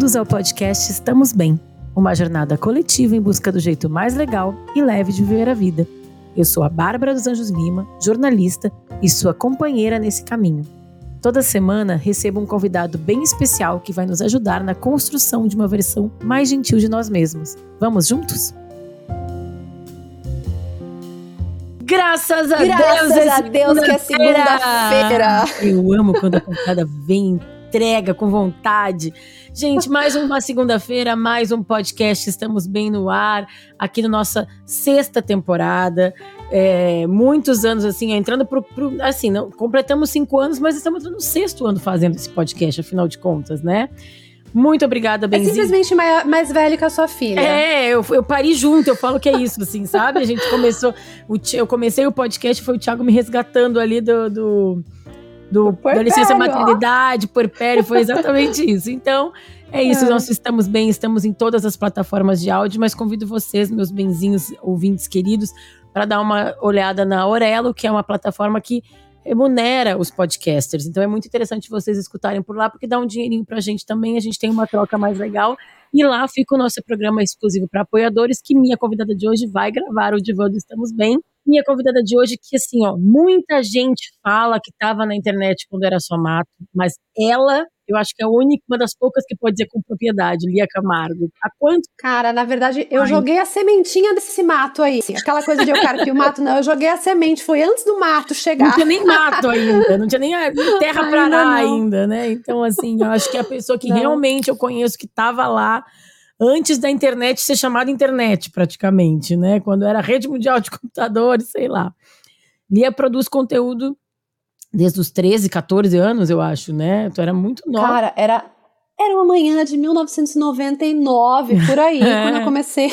Bem-vindos ao podcast Estamos Bem, uma jornada coletiva em busca do jeito mais legal e leve de viver a vida. Eu sou a Bárbara dos Anjos Lima, jornalista e sua companheira nesse caminho. Toda semana recebo um convidado bem especial que vai nos ajudar na construção de uma versão mais gentil de nós mesmos. Vamos juntos? Graças a Deus que é segunda-feira! Eu amo quando a convidada vem, entrega com vontade. Gente, mais uma segunda-feira, mais um podcast, estamos bem no ar, aqui na nossa 6ª temporada, muitos anos assim, entrando assim, não, completamos 5 anos, mas estamos no 6º ano fazendo esse podcast, afinal de contas, né? Muito obrigada, Benzinho. É simplesmente mais velho que a sua filha. Eu pari junto, eu falo que é isso, assim, sabe? A gente começou, eu comecei o podcast, foi o Thiago me resgatando ali da licença maternidade, puerpério, foi exatamente isso. Então, é isso, nós estamos bem, estamos em todas as plataformas de áudio, mas convido vocês, meus benzinhos ouvintes queridos, para dar uma olhada na Orelo, que é uma plataforma que remunera os podcasters. Então é muito interessante vocês escutarem por lá, porque dá um dinheirinho pra gente também, a gente tem uma troca mais legal. E lá fica o nosso programa exclusivo para apoiadores, que minha convidada de hoje vai gravar o Divã do Estamos Bem. Minha convidada de hoje, que assim, muita gente fala que estava na internet quando era só mato, mas ela, eu acho que é a única, uma das poucas que pode dizer com propriedade, Lia Camargo. Há quanto? Cara, na verdade, eu joguei a sementinha desse mato aí. Aquela coisa de eu carpir o mato, não, eu joguei a semente, foi antes do mato chegar. Não tinha nem mato ainda, não tinha nem terra pra arar ainda, né? Então, assim, eu acho que a pessoa que realmente eu conheço que estava lá antes da internet ser chamada internet, praticamente, né? Quando era rede mundial de computadores, sei lá. Lia produz conteúdo desde os 13, 14 anos, eu acho, né? Tu era muito nova. Cara, era uma manhã de 1999, por aí, quando eu comecei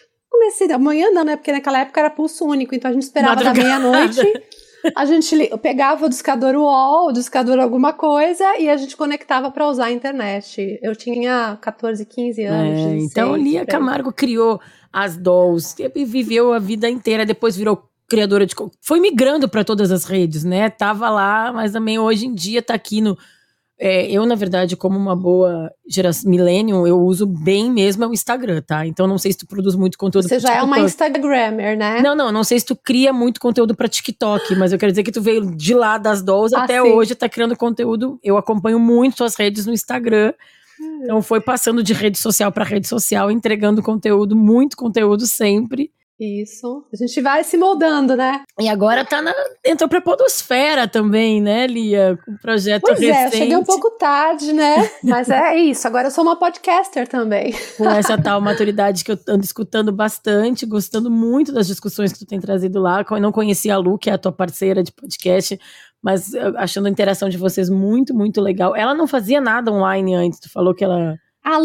da manhã não, né? Porque naquela época era pulso único, então a gente esperava da meia-noite, a gente pegava o discador UOL, o discador alguma coisa, e a gente conectava para usar a internet. Eu tinha 14, 15 anos. 16, então Lia Camargo criou as dolls, e viveu a vida inteira, depois virou criadora de... Foi migrando para todas as redes, né? Tava lá, mas também hoje em dia tá aqui no... eu, na verdade, como uma boa geração millennium, eu uso bem mesmo o Instagram, tá? Então não sei se tu produz muito conteúdo. Você já é uma Instagrammer, né? Não sei se tu cria muito conteúdo pra TikTok, mas eu quero dizer que tu veio de lá das dolls até hoje, tá criando conteúdo. Eu acompanho muito suas redes no Instagram. Então foi passando de rede social pra rede social, entregando conteúdo, muito conteúdo sempre. Isso. A gente vai se moldando, né? E agora entrou pra podosfera também, né, Lia? Com um projeto recente. Pois eu cheguei um pouco tarde, né? Mas é isso, agora eu sou uma podcaster também. Com essa tal maturidade que eu ando escutando bastante, gostando muito das discussões que tu tem trazido lá. Eu não conhecia a Lu, que é a tua parceira de podcast, mas achando a interação de vocês muito, muito legal. Ela não fazia nada online antes, tu falou que ela... A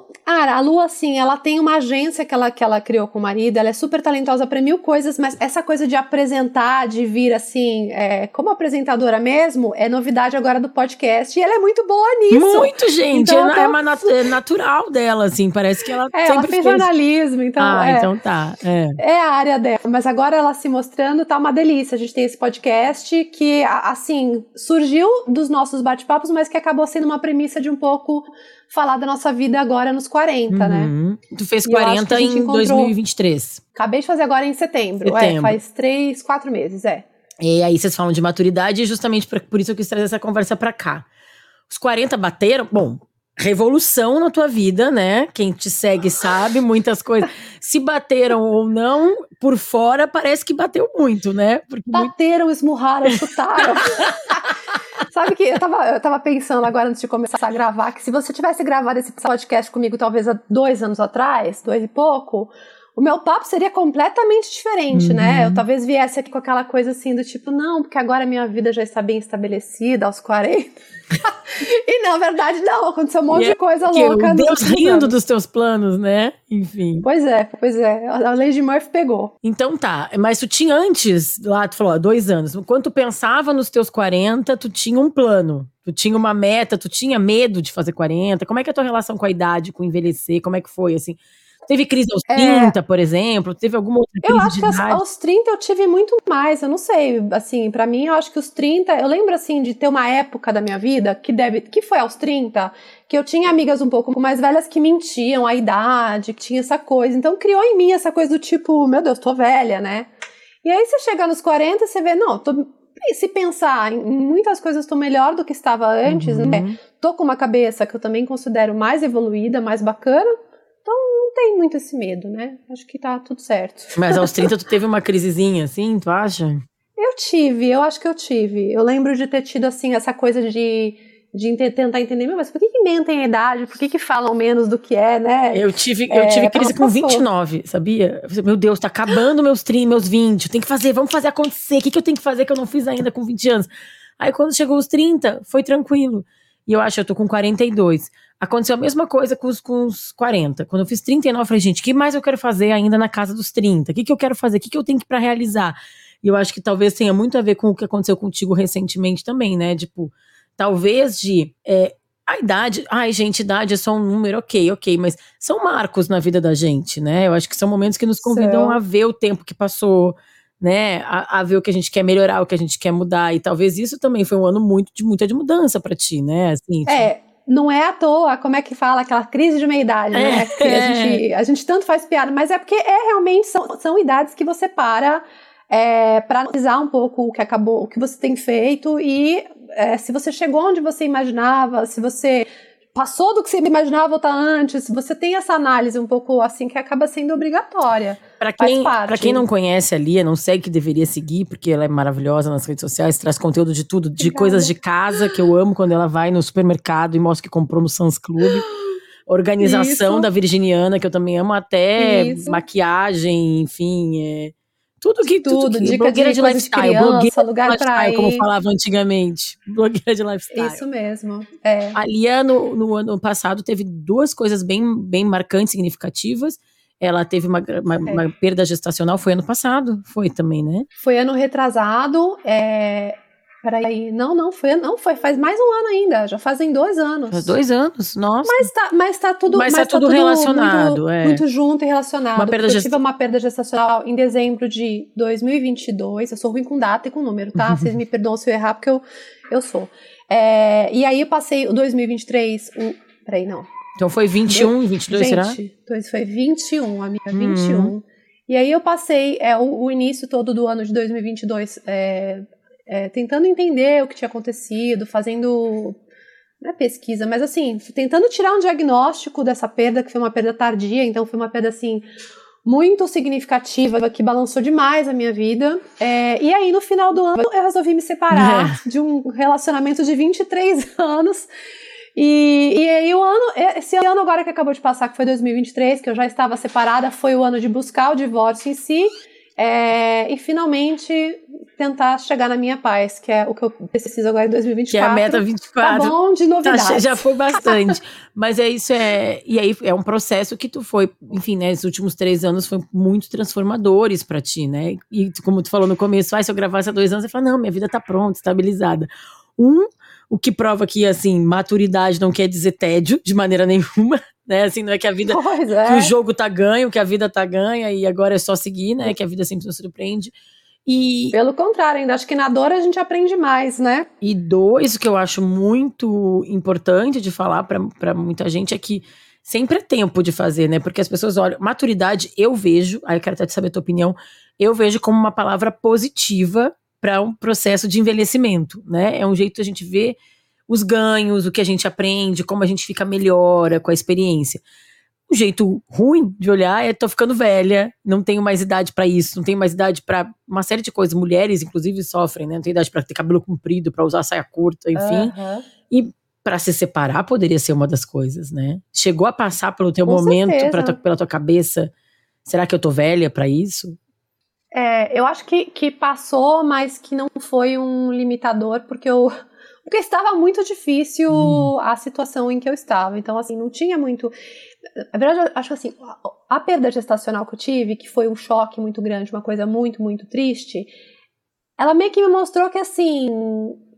Lu, assim, ela tem uma agência que ela criou com o marido, ela é super talentosa para 1000 coisas, mas essa coisa de apresentar, de vir assim, como apresentadora mesmo, é novidade agora do podcast, e ela é muito boa nisso. Muito, gente, então, é natural dela, assim, parece que ela sempre ela fez jornalismo, então... então tá. É a área dela, mas agora ela se mostrando, tá uma delícia, a gente tem esse podcast que, assim, surgiu dos nossos bate-papos, mas que acabou sendo uma premissa de um pouco... falar da nossa vida agora nos 40, né? Tu fez 40 em 2023. Acabei de fazer agora em setembro. Faz 3, 4 meses, E aí vocês falam de maturidade e justamente por isso eu quis trazer essa conversa pra cá. Os 40 bateram, bom, revolução na tua vida, né? Quem te segue sabe, muitas coisas. Se bateram ou não, por fora parece que bateu muito, né? Porque bateram, esmurraram, chutaram. Sabe que eu tava pensando agora antes de começar a gravar, que se você tivesse gravado esse podcast comigo talvez há 2 anos atrás, 2 e pouco, o meu papo seria completamente diferente, né? Eu talvez viesse aqui com aquela coisa assim do tipo, não, porque agora a minha vida já está bem estabelecida aos 40. E na verdade não, aconteceu um monte de coisa louca. Deus rindo dos teus planos, né? Enfim. Pois é, a lei de Murphy pegou. Então tá, mas tu tinha antes, lá tu falou, há 2 anos, quando tu pensava nos teus 40, tu tinha um plano, tu tinha uma meta, tu tinha medo de fazer 40, como é que é a tua relação com a idade, com envelhecer, como é que foi, assim? Teve crise aos 30, por exemplo? Teve alguma outra crise? Eu acho que aos 30 eu tive muito mais, eu não sei, assim, pra mim eu acho que os 30, eu lembro assim de ter uma época da minha vida que foi aos 30, que eu tinha amigas um pouco mais velhas que mentiam a idade, que tinha essa coisa, então criou em mim essa coisa do tipo, meu Deus, tô velha, né? E aí você chega nos 40, você vê, não, se pensar em muitas coisas, tô melhor do que estava antes, né? Tô com uma cabeça que eu também considero mais evoluída, mais bacana, então não tem muito esse medo, né? Acho que tá tudo certo. Mas aos 30 tu teve uma crisezinha, assim, tu acha? Eu acho que eu tive. Eu lembro de ter tido, assim, essa coisa de tentar entender, mas por que mentem a idade? Por que falam menos do que é, né? Eu tive crise com 29, sabia? Meu Deus, tá acabando meus 20, tem que fazer, vamos fazer acontecer. O que eu tenho que fazer que eu não fiz ainda com 20 anos? Aí quando chegou os 30, foi tranquilo. E eu acho que eu tô com 42. Aconteceu a mesma coisa com os 40. Quando eu fiz 39, eu falei, gente, o que mais eu quero fazer ainda na casa dos 30? O que eu quero fazer? O que eu tenho pra realizar? E eu acho que talvez tenha muito a ver com o que aconteceu contigo recentemente também, né? Tipo, talvez a idade, ai gente, idade é só um número, ok, mas são marcos na vida da gente, né? Eu acho que são momentos que nos convidam a ver o tempo que passou, né? A ver o que a gente quer melhorar, o que a gente quer mudar, e talvez isso também foi um ano muita de mudança pra ti, né? Assim, não é à toa, como é que fala, aquela crise de meia-idade, né? Que a gente tanto faz piada, mas é porque realmente são idades que você para analisar um pouco o que acabou, o que você tem feito e se você chegou onde você imaginava, se você passou do que você imaginava ou tá antes, você tem essa análise um pouco assim que acaba sendo obrigatória. Pra quem não conhece a Lia, não segue que deveria seguir, porque ela é maravilhosa nas redes sociais, traz conteúdo de tudo, de coisas de casa, que eu amo quando ela vai no supermercado e mostra que comprou no Sam's Club. Organização da Virginiana, que eu também amo, até maquiagem, enfim, tudo, dica blogueira de lifestyle, criança, blogueira lugar de lifestyle, pra ir. como falava antigamente, blogueira de lifestyle. Isso mesmo, A Lia, no ano passado, teve duas coisas bem marcantes, significativas. Ela teve uma perda gestacional, foi ano passado, foi também, né? Foi ano retrasado, peraí, foi faz mais um ano ainda, já fazem 2 anos. Faz 2 anos, nossa. Mas tá tudo relacionado, muito junto e relacionado. Eu tive uma perda gestacional em dezembro de 2022, eu sou ruim com data e com número, tá? Vocês me perdoam se eu errar, porque eu sou. E aí eu passei o 2023, peraí, não. Então foi 21 e 22, será? Então isso foi 21, amiga, 21. E aí eu passei o início todo do ano de 2022 tentando entender o que tinha acontecido, fazendo, não é pesquisa, mas assim, tentando tirar um diagnóstico dessa perda, que foi uma perda tardia, então foi uma perda assim, muito significativa, que balançou demais a minha vida. E aí no final do ano eu resolvi me separar de um relacionamento de 23 anos. E aí esse ano agora que acabou de passar, que foi 2023, que eu já estava separada, foi o ano de buscar o divórcio em si, e finalmente tentar chegar na minha paz, que é o que eu preciso agora em 2024. Que é a meta 24. Tá bom de novidades. Já foi bastante. Mas e aí é um processo que tu foi, enfim, né, esses últimos 3 anos foram muito transformadores pra ti, né? E como tu falou no começo, se eu gravasse há 2 anos, você fala, não, minha vida tá pronta, estabilizada. O que prova que, assim, maturidade não quer dizer tédio, de maneira nenhuma, né? Assim, não é que a vida, que o jogo tá ganho, que a vida tá ganha e agora é só seguir, né? Que a vida sempre nos surpreende. Pelo contrário, ainda acho que na dor a gente aprende mais, né? E 2, que eu acho muito importante de falar pra muita gente é que sempre é tempo de fazer, né? Porque as pessoas olham, maturidade eu vejo, aí eu quero até saber a tua opinião, eu vejo como uma palavra positiva para um processo de envelhecimento, né? É um jeito de a gente ver os ganhos, o que a gente aprende, como a gente fica melhor com a experiência. Um jeito ruim de olhar tô ficando velha, não tenho mais idade para isso, não tenho mais idade para uma série de coisas. Mulheres, inclusive, sofrem, né? Não tem idade para ter cabelo comprido, para usar saia curta, enfim. E para se separar poderia ser uma das coisas, né? Chegou a passar pelo teu momento, pela tua cabeça, será que eu tô velha para isso? Eu acho que passou, mas que não foi um limitador, porque estava muito difícil a situação em que eu estava. Então, assim, não tinha muito... Na verdade, eu acho que assim, a perda gestacional que eu tive, que foi um choque muito grande, uma coisa muito, muito triste, ela meio que me mostrou que, assim,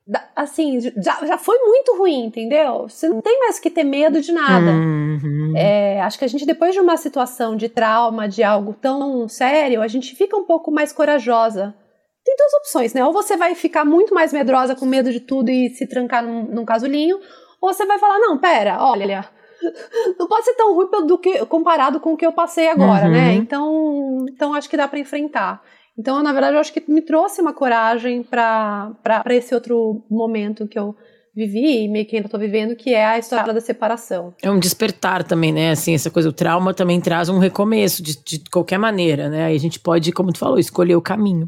assim, já foi muito ruim, entendeu? Você não tem mais que ter medo de nada. Acho que a gente, depois de uma situação de trauma, de algo tão sério, a gente fica um pouco mais corajosa. Tem duas opções, né? Ou você vai ficar muito mais medrosa, com medo de tudo e se trancar num casulinho, ou você vai falar, não, pera, olha, não pode ser tão ruim comparado com o que eu passei agora, né? Então acho que dá pra enfrentar. Então, na verdade, eu acho que me trouxe uma coragem pra esse outro momento que eu vivi e meio que ainda tô vivendo, que é a história da separação. É um despertar também, né? Assim, essa coisa, o trauma também traz um recomeço de qualquer maneira, né? Aí a gente pode, como tu falou, escolher o caminho.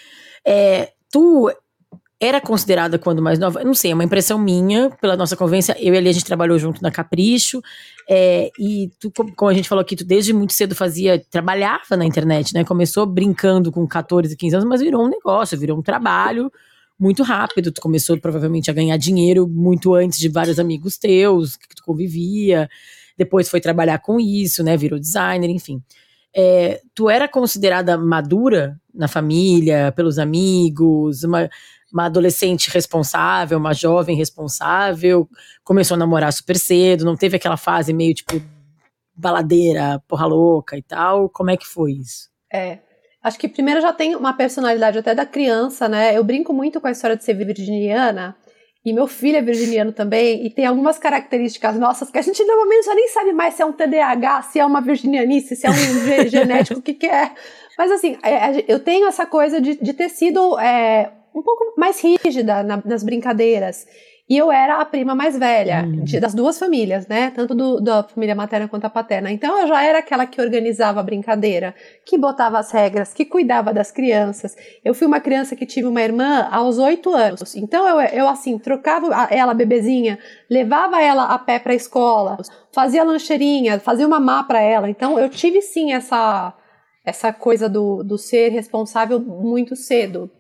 Tu era considerada quando mais nova, eu não sei, é uma impressão minha, pela nossa convivência, eu e a gente trabalhou junto na Capricho, e tu, como a gente falou aqui, tu desde muito cedo trabalhava na internet, né? Começou brincando com 14, 15 anos, mas virou um negócio, virou um trabalho muito rápido. Tu começou provavelmente a ganhar dinheiro muito antes de vários amigos teus, que tu convivia, depois foi trabalhar com isso, né? Virou designer, enfim. Tu era considerada madura na família, pelos amigos, uma adolescente responsável, uma jovem responsável, começou a namorar super cedo, não teve aquela fase meio tipo baladeira, porra louca e tal? Como é que foi isso? Acho que primeiro já tem uma personalidade até da criança, né? Eu brinco muito com a história de ser virginiana, e meu filho é virginiano também, e tem algumas características nossas que a gente normalmente já nem sabe mais se é um TDAH, se é uma virginianice, se é um genético, o que é. Mas assim, eu tenho essa coisa de ter sido um pouco mais rígida nas brincadeiras. E eu era a prima mais velha das duas famílias, né? Tanto da família materna quanto a paterna. Então eu já era aquela que organizava a brincadeira, que botava as regras, que cuidava das crianças. Eu fui uma criança que tive uma irmã aos 8 anos. Então eu assim, trocava ela, bebezinha, levava ela a pé pra escola, fazia lancheirinha, fazia uma mamá pra ela. Então eu tive sim essa coisa do ser responsável muito cedo.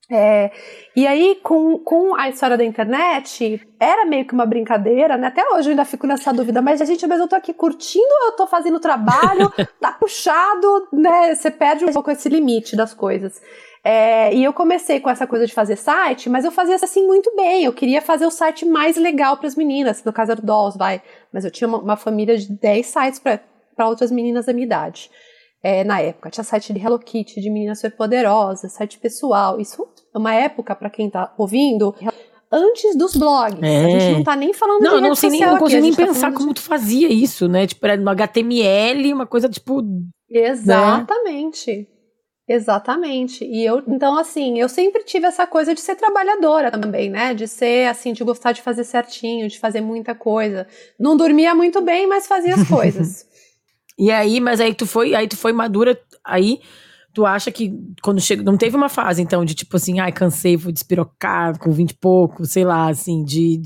E aí, com a história da internet, era meio que uma brincadeira, né? Até hoje eu ainda fico nessa dúvida, mas eu tô aqui curtindo ou eu tô fazendo trabalho? Tá puxado, né? Você perde um pouco esse limite das coisas. E eu comecei com essa coisa de fazer site, mas eu fazia assim muito bem. Eu queria fazer o site mais legal para as meninas, no caso era o Dolls, mas eu tinha uma família de 10 sites para outras meninas da minha idade. Na época, tinha site de Hello Kitty, de meninas superpoderosas, site pessoal. Isso é uma época, para quem tá ouvindo, antes dos blogs. A gente não tá nem falando de rede social. Não consigo nem pensar como tu fazia isso, né? Tipo, era no HTML, uma coisa tipo... Exatamente. Né? Exatamente. E então, assim, eu sempre tive essa coisa de ser trabalhadora também, né? De ser, assim, de gostar de fazer certinho, de fazer muita coisa. Não dormia muito bem, mas fazia as coisas. E aí, mas aí tu foi madura, aí tu acha que quando chega, não teve uma fase então de tipo assim, cansei, vou despirocar com 20 e pouco, sei lá, assim,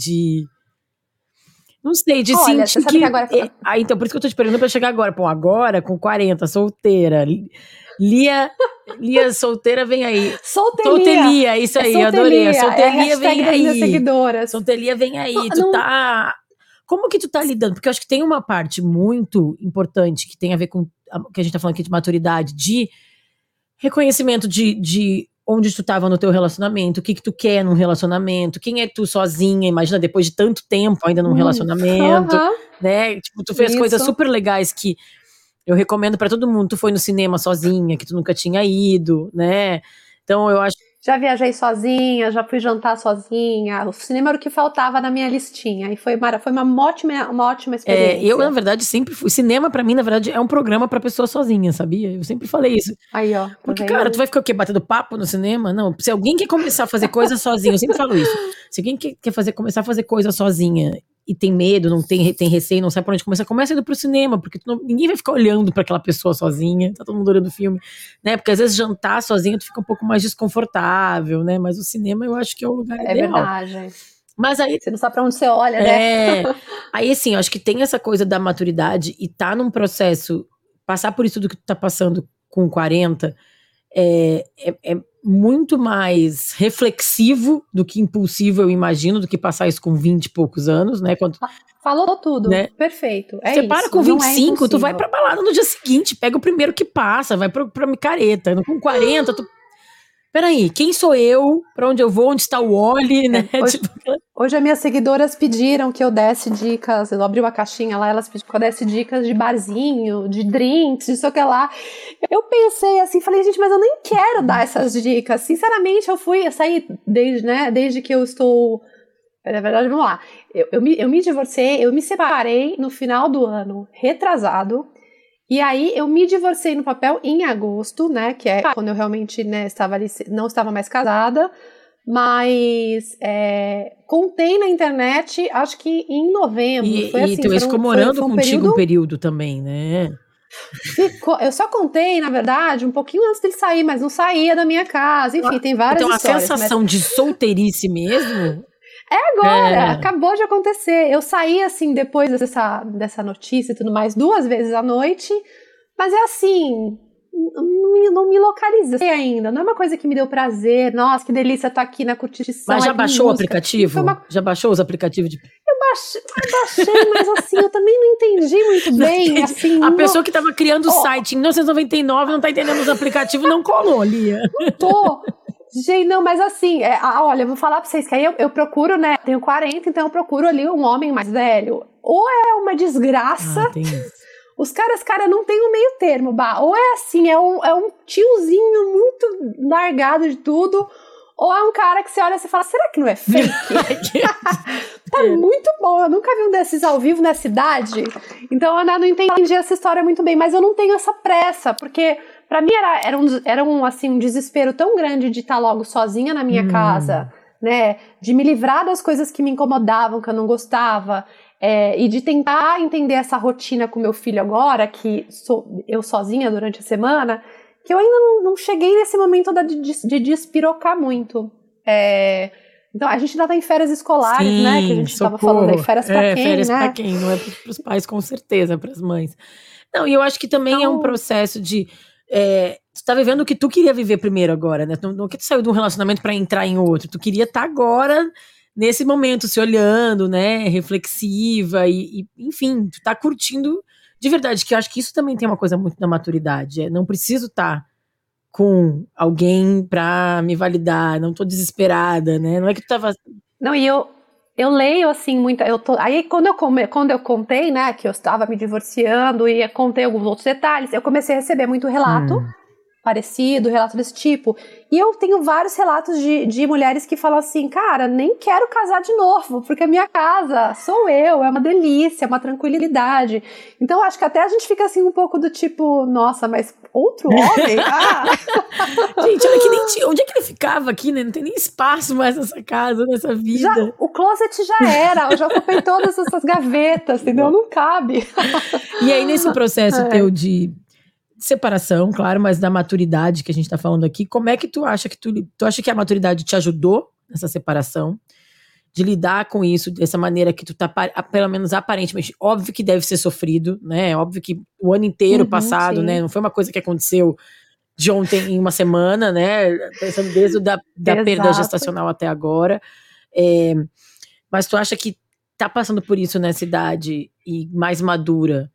não sei, de olha, sentir que agora... Aí então, por isso que eu tô te perguntando pra chegar agora. Pô, agora, com 40, solteira, Lia solteira vem aí. Soltelia, isso aí, eu adorei. Soltelia vem aí. Soltelia vem aí, tá... Como que tu tá lidando? Porque eu acho que tem uma parte muito importante que tem a ver com o que a gente tá falando aqui de maturidade, de reconhecimento de onde tu tava no teu relacionamento, o que tu quer num relacionamento, quem é tu sozinha, imagina, depois de tanto tempo ainda num relacionamento, né? Tipo, tu fez coisas super legais que eu recomendo pra todo mundo. Tu foi no cinema sozinha, que tu nunca tinha ido, né? Então eu acho... Já viajei sozinha, já fui jantar sozinha. O cinema era o que faltava na minha listinha. E foi uma ótima experiência. Eu, na verdade, sempre fui. Cinema, pra mim, na verdade, é um programa pra pessoa sozinha, sabia? Eu sempre falei isso. Aí, ó. Porque, cara, tu vai ficar o quê? Batendo papo no cinema? Não. Se alguém quer começar a fazer coisa sozinha, eu sempre falo isso. Se alguém quer começar a fazer coisa sozinha e tem medo, não tem receio, não sabe por onde começar, começa indo pro cinema, porque ninguém vai ficar olhando pra aquela pessoa sozinha, tá todo mundo olhando o filme, né? Porque às vezes jantar sozinho tu fica um pouco mais desconfortável, né? Mas o cinema eu acho que é o lugar ideal. É verdade. Mas aí... Você não sabe pra onde você olha, né? Aí assim, eu acho que tem essa coisa da maturidade e tá num processo, passar por isso tudo que tu tá passando com 40, é muito mais reflexivo do que impulsivo, eu imagino, do que passar isso com 20 e poucos anos, né? Falou tudo, né? Perfeito. Você para com 25, tu vai pra balada no dia seguinte, pega o primeiro que passa, vai pra micareta. Com 40, peraí, quem sou eu? Pra onde eu vou? Onde está o Wally, né? Hoje as minhas seguidoras pediram que eu desse dicas, eu abri uma caixinha lá, elas pediram que eu desse dicas de barzinho, de drinks, de sei o que lá. Eu pensei assim, falei, gente, mas eu nem quero dar essas dicas. Sinceramente, eu saí desde que eu estou... Na verdade, vamos lá. Eu me divorciei, eu me separei no final do ano retrasado. E aí eu me divorciei no papel em agosto, né? Que é quando eu realmente, né, não estava mais casada. Mas contei na internet, acho que em novembro. Foi assim, teu ex ficou morando contigo um período também, né? Eu só contei, na verdade, um pouquinho antes dele sair, mas não saía da minha casa. Enfim, tem várias histórias. Então a sensação de solteirice mesmo... agora, acabou de acontecer. Eu saí, assim, depois dessa notícia e tudo mais, 2 vezes à noite, mas é assim, não me localizei ainda. Não é uma coisa que me deu prazer. Nossa, que delícia estar aqui na curtição. Mas já baixou o aplicativo? Já baixou os aplicativos de... Eu baixei, mas assim, eu também não entendi muito bem. Assim, a pessoa que estava criando o site em 1999 não está entendendo os aplicativos, não colou, Lia. Não tô. Gente, não, mas assim, olha, eu vou falar pra vocês que aí eu procuro, né, tenho 40, então eu procuro ali um homem mais velho. Ou é uma desgraça, tem isso. Os caras, não tem um meio termo, ou é assim, é um tiozinho muito largado de tudo, ou é um cara que você olha e você fala, será que não é fake? Tá muito bom, eu nunca vi um desses ao vivo nessa idade, então eu não entendi essa história muito bem, mas eu não tenho essa pressa, porque... Pra mim era um desespero tão grande de estar logo sozinha na minha casa, né? De me livrar das coisas que me incomodavam, que eu não gostava, e de tentar entender essa rotina com meu filho agora, que sou eu sozinha durante a semana, que eu ainda não cheguei nesse momento de despirocar muito. Então, a gente ainda tá em férias escolares, sim, né? Que a gente tava falando aí, férias pra quem, férias né? Pra quem, não é pros pais, com certeza, pras mães. Não, e eu acho que também é um processo de... tu tá vivendo o que tu queria viver primeiro agora, né? Não que tu saiu de um relacionamento pra entrar em outro. Tu queria estar agora, nesse momento, se olhando, né? Reflexiva e enfim, tu tá curtindo de verdade, que eu acho que isso também tem uma coisa muito da maturidade. Não preciso estar com alguém pra me validar, não tô desesperada, né? Não é que tu tava... Não, e eu leio, assim, aí quando eu contei, né, que eu estava me divorciando e contei alguns outros detalhes, eu comecei a receber muito relato parecido, relato desse tipo, e eu tenho vários relatos de mulheres que falam assim, cara, nem quero casar de novo, porque a minha casa sou eu, é uma delícia, é uma tranquilidade. Então acho que até a gente fica assim um pouco do tipo, nossa, mas outro homem? Gente, olha que nem tinha, onde é que ele ficava aqui, né? Não tem nem espaço mais nessa casa, nessa vida. O closet já era, eu já ocupei todas essas gavetas, entendeu? Não cabe. E aí nesse processo teu de separação, claro, mas da maturidade que a gente tá falando aqui, como é que tu acha que tu acha que a maturidade te ajudou nessa separação? De lidar com isso, dessa maneira que tu tá, pelo menos aparentemente, óbvio que deve ser sofrido, né? Óbvio que o ano inteiro passado, sim, né? Não foi uma coisa que aconteceu de ontem em uma semana, né? Pensando desde da perda gestacional até agora. Mas tu acha que tá passando por isso nessa idade e mais madura,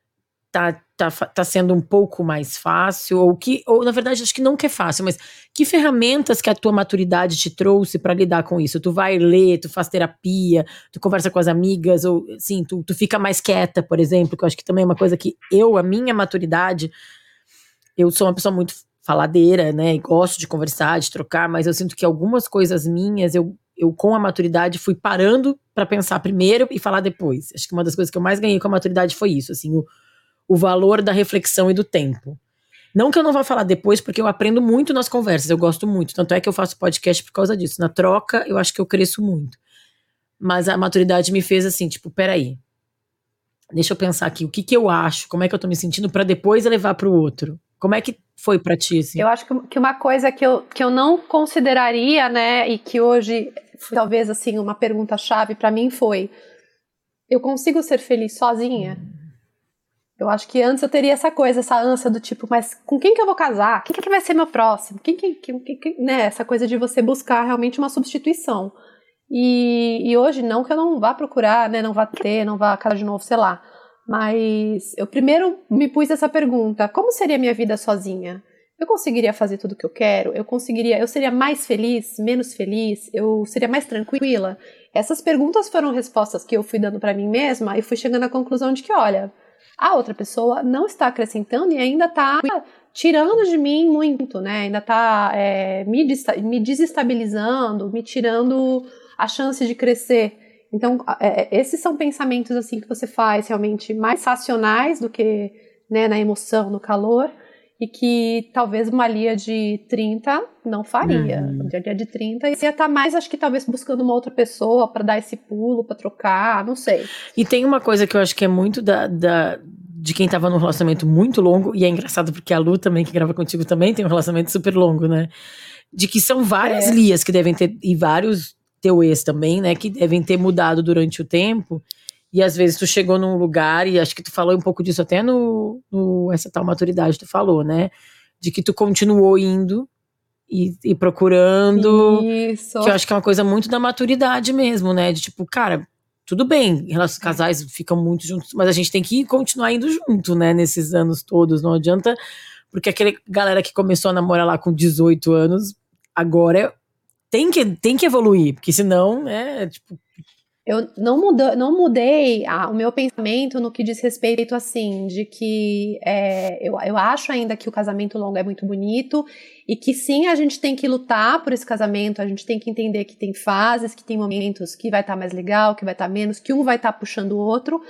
tá sendo um pouco mais fácil, ou na verdade acho que não que é fácil, mas que ferramentas que a tua maturidade te trouxe para lidar com isso? Tu vai ler, tu faz terapia, tu conversa com as amigas, ou assim, tu fica mais quieta, por exemplo, que eu acho que também é uma coisa que a minha maturidade, eu sou uma pessoa muito faladeira, né, e gosto de conversar, de trocar, mas eu sinto que algumas coisas minhas, eu com a maturidade fui parando para pensar primeiro e falar depois. Acho que uma das coisas que eu mais ganhei com a maturidade foi isso, assim, o valor da reflexão e do tempo. Não que eu não vá falar depois, porque eu aprendo muito nas conversas, eu gosto muito. Tanto é que eu faço podcast por causa disso. Na troca, eu acho que eu cresço muito. Mas a maturidade me fez assim, tipo, peraí. Deixa eu pensar aqui, o que eu acho, como é que eu tô me sentindo, pra depois levar pro outro. Como é que foi pra ti, assim? Eu acho que uma coisa que eu não consideraria, né, e que hoje, talvez, assim, uma pergunta-chave pra mim foi, eu consigo ser feliz sozinha? Eu acho que antes eu teria essa coisa, essa ânsia do tipo, mas com quem que eu vou casar? Quem que vai ser meu próximo? Né? Essa coisa de você buscar realmente uma substituição. E hoje, não que eu não vá procurar, né? Não vá casar de novo, sei lá. Mas eu primeiro me pus essa pergunta, como seria a minha vida sozinha? eu conseguiria fazer tudo o que eu quero? Eu seria mais feliz, menos feliz? Eu seria mais tranquila? Essas perguntas foram respostas que eu fui dando para mim mesma e fui chegando à conclusão de que, olha, a outra pessoa não está acrescentando e ainda está tirando de mim muito, né? Ainda está me desestabilizando, me tirando a chance de crescer. Então, esses são pensamentos assim que você faz realmente mais racionais do que, né, na emoção, no calor, e que talvez uma Lia de 30 não faria. A Lia de 30 ia estar mais, acho que talvez buscando uma outra pessoa para dar esse pulo, para trocar, não sei. E tem uma coisa que eu acho que é muito de quem tava num relacionamento muito longo, e é engraçado porque a Lu também, que grava contigo, também tem um relacionamento super longo, né? De que são várias Lias que devem ter, e vários teu ex também, né, que devem ter mudado durante o tempo. E às vezes tu chegou num lugar, e acho que tu falou um pouco disso até no essa tal maturidade, tu falou, né? De que tu continuou indo e procurando. Isso. Que eu acho que é uma coisa muito da maturidade mesmo, né? De tipo, cara, tudo bem, casais ficam muito juntos, mas a gente tem que continuar indo junto, né? Nesses anos todos, não adianta. Porque aquela galera que começou a namorar lá com 18 anos, agora tem que evoluir, porque senão, tipo... Eu não mudei o meu pensamento no que diz respeito, assim, de que eu acho ainda que o casamento longo é muito bonito e que sim, a gente tem que lutar por esse casamento, a gente tem que entender que tem fases, que tem momentos que vai estar mais legal, que vai estar menos, que um vai estar puxando o outro.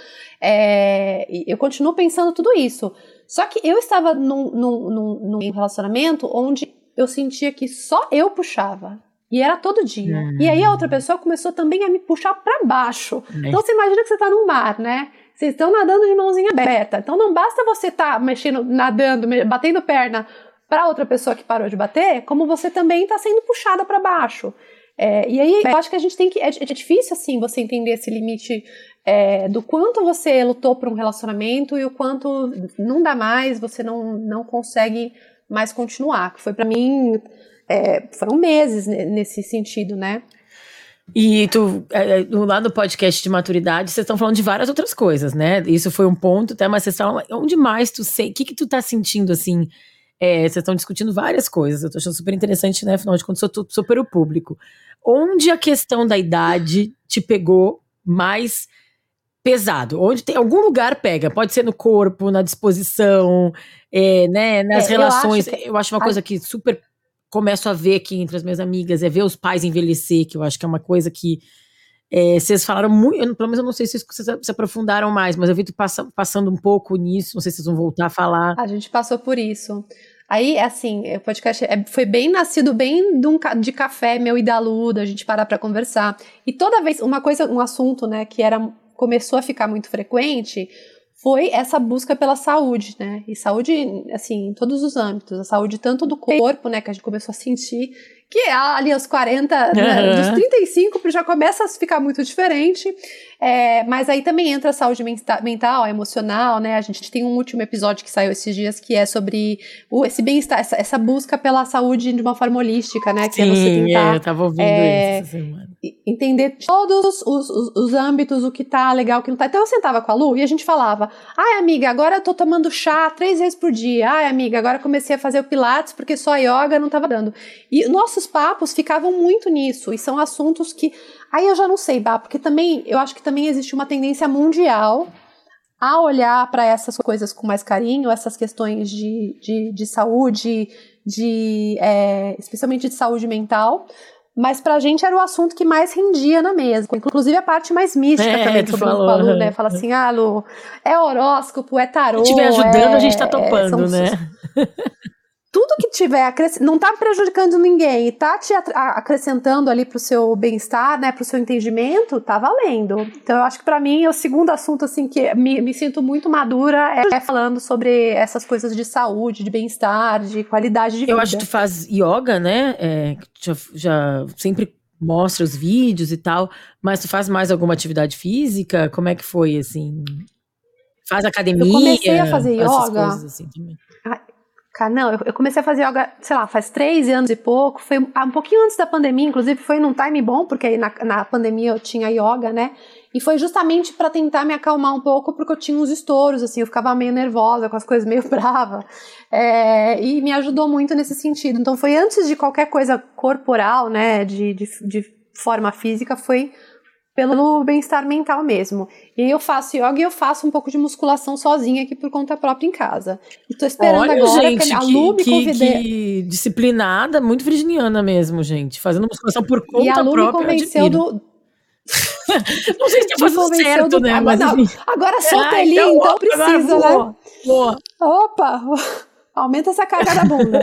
Eu continuo pensando tudo isso. Só que eu estava num relacionamento onde eu sentia que só eu puxava. E era todo dia. E aí a outra pessoa começou também a me puxar para baixo. Então você imagina que você tá num mar, né? Vocês estão nadando de mãozinha aberta. Então não basta você estar mexendo, nadando, batendo perna para outra pessoa que parou de bater, como você também tá sendo puxada para baixo. E aí eu acho que a gente tem que... É difícil, assim, você entender esse limite do quanto você lutou por um relacionamento e o quanto não dá mais, você não consegue mais continuar. Que foi para mim... foram meses nesse sentido, né? E lá no podcast de maturidade, vocês estão falando de várias outras coisas, né? Isso foi um ponto, até, mas vocês falam, onde mais o que tu tá sentindo, assim? Vocês estão discutindo várias coisas, eu tô achando super interessante, né? Afinal de contas, sou super o público. Onde a questão da idade te pegou mais pesado? Onde tem algum lugar pega? Pode ser no corpo, na disposição, né? Nas relações. Eu acho uma coisa que super... começo a ver aqui entre as minhas amigas, ver os pais envelhecer, que eu acho que é uma coisa que vocês falaram muito, pelo menos eu não sei se vocês se aprofundaram mais, mas eu vi tu passando um pouco nisso, não sei se vocês vão voltar a falar. A gente passou por isso. Aí, assim, o podcast foi bem nascido, bem de café, meu e da Lu, da gente parar pra conversar. E toda vez, um assunto, né, que começou a ficar muito frequente, foi essa busca pela saúde, né? E saúde, assim, em todos os âmbitos. A saúde tanto do corpo, né? Que a gente começou a sentir que ali aos 40, né, dos 35 já começa a ficar muito diferente. Mas aí também entra a saúde mental, a emocional, né? A gente tem um último episódio que saiu esses dias que é sobre esse bem-estar, essa busca pela saúde de uma forma holística, né? Que Sim, é você tentar... eu tava ouvindo isso essa semana. Entender todos os âmbitos, o que tá legal, o que não tá. Então eu sentava com a Lu e a gente falava: ai amiga, agora eu tô tomando chá 3 vezes por dia. Ai amiga, agora eu comecei a fazer o pilates porque só a yoga não tava dando. E nossos papos ficavam muito nisso. E são assuntos que... Aí eu já não sei, Bá, porque também, eu acho que também existe uma tendência mundial a olhar para essas coisas com mais carinho, essas questões de saúde, especialmente de saúde mental. Mas pra gente era o assunto que mais rendia na mesa. Inclusive a parte mais mística também que eu falou, com a Lu, né? Fala assim, Lu, é horóscopo, é tarô. Se estiver ajudando, a gente tá topando, né? Tudo que tiver, não tá prejudicando ninguém e tá te acrescentando ali pro seu bem-estar, né? Pro seu entendimento, tá valendo. Então eu acho que pra mim, o segundo assunto, assim, que me sinto muito madura é falando sobre essas coisas de saúde, de bem-estar, de qualidade de vida. Eu acho que tu faz yoga, né? Já sempre mostra os vídeos e tal, mas tu faz mais alguma atividade física? Como é que foi, assim? Faz academia? Eu comecei a fazer yoga. Essas coisas assim também. Cara, não, eu comecei a fazer yoga, sei lá, faz 3 anos e pouco, foi um pouquinho antes da pandemia, inclusive foi num time bom, porque aí na pandemia eu tinha yoga, né, e foi justamente pra tentar me acalmar um pouco, porque eu tinha uns estouros, assim, eu ficava meio nervosa, com as coisas meio brava, e me ajudou muito nesse sentido. Então foi antes de qualquer coisa corporal, né, de forma física, foi pelo bem-estar mental mesmo. E aí eu faço yoga e eu faço um pouco de musculação sozinha aqui por conta própria em casa. E tô esperando agora, gente, que a Lu me convidou. Que disciplinada, muito virginiana mesmo, gente. Fazendo musculação por conta E a Lu me própria, convenceu do... Não sei se tá fazendo certo, né? Agora, Mas, enfim. agora solta ele, então precisa, né? Boa. Opa! Aumenta essa carga da bunda.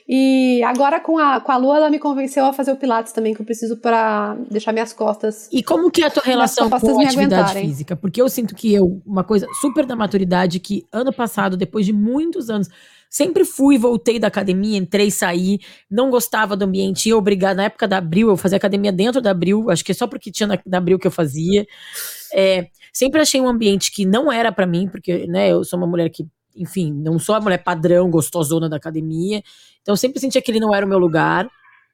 E agora com a Lu, ela me convenceu a fazer o Pilates também, que eu preciso para deixar minhas costas. E como que é a tua relação com a atividade física? Porque eu sinto que uma coisa super da maturidade, que ano passado, depois de muitos anos, sempre fui e voltei da academia, entrei e saí, não gostava do ambiente, ia obrigada. Na época da Abril, eu fazia academia dentro da Abril, acho que é só porque tinha na Abril que eu fazia. Sempre achei um ambiente que não era pra mim, porque, né, eu sou uma mulher que, enfim, não sou a mulher padrão, gostosona da academia. Então eu sempre senti que ele não era o meu lugar.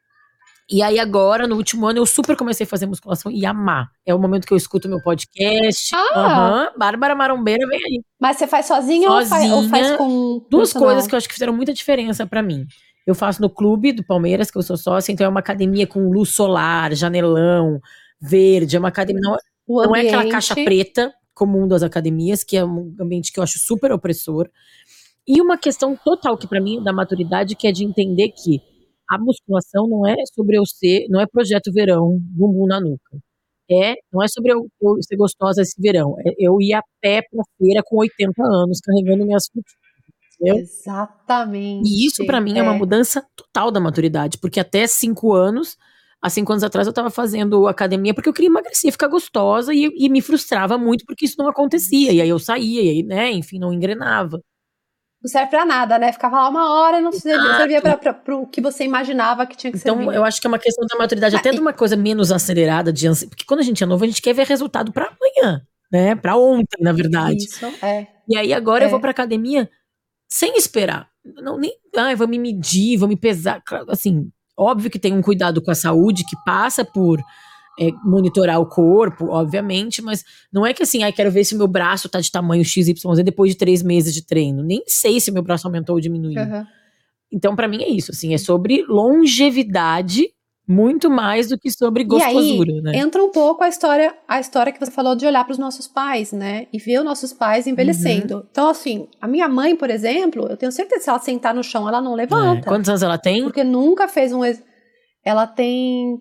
E aí agora, no último ano, eu super comecei a fazer musculação e amar. É o momento que eu escuto meu podcast. Bárbara Marombeira, vem aí. Mas você faz sozinha ou faz com duas coisas que eu acho que fizeram muita diferença pra mim. Eu faço no clube do Palmeiras, que eu sou sócia, então é uma academia com luz solar, janelão, verde, é uma academia, não é aquela caixa preta comum das academias, que é um ambiente que eu acho super opressor. E uma questão total que pra mim é da maturidade, que é de entender que a musculação não é sobre não é projeto verão, bumbum na nuca. Não é sobre eu ser gostosa esse verão. Eu ir a pé pra feira com 80 anos, carregando minhas frutas. Entendeu? Exatamente. E isso pra mim é uma mudança total da maturidade, porque até 5 anos, há 5 anos atrás eu tava fazendo academia porque eu queria emagrecer, ficar gostosa e me frustrava muito porque isso não acontecia. E aí eu saía, e aí, né, enfim, não engrenava. Não serve pra nada, né? Ficava lá uma hora e não servia pro que você imaginava que tinha que servir. Então, eu acho que é uma questão da maturidade, até de uma coisa menos acelerada, porque quando a gente é novo, a gente quer ver resultado pra amanhã, né? Pra ontem, na verdade. Isso, E aí agora eu vou pra academia sem esperar. Vou me medir, vou me pesar. Assim, óbvio que tem um cuidado com a saúde que passa por monitorar o corpo, obviamente, mas não é que assim, quero ver se o meu braço tá de tamanho XYZ depois de 3 meses de treino. Nem sei se meu braço aumentou ou diminuiu. Então, pra mim é isso, assim, é sobre longevidade muito mais do que sobre gostosura, e aí, né? entra um pouco a história que você falou de olhar para os nossos pais, né? E ver os nossos pais envelhecendo. Então, assim, a minha mãe, por exemplo, eu tenho certeza que se ela sentar no chão, ela não levanta. Quantos anos ela tem? Porque nunca fez Ela tem,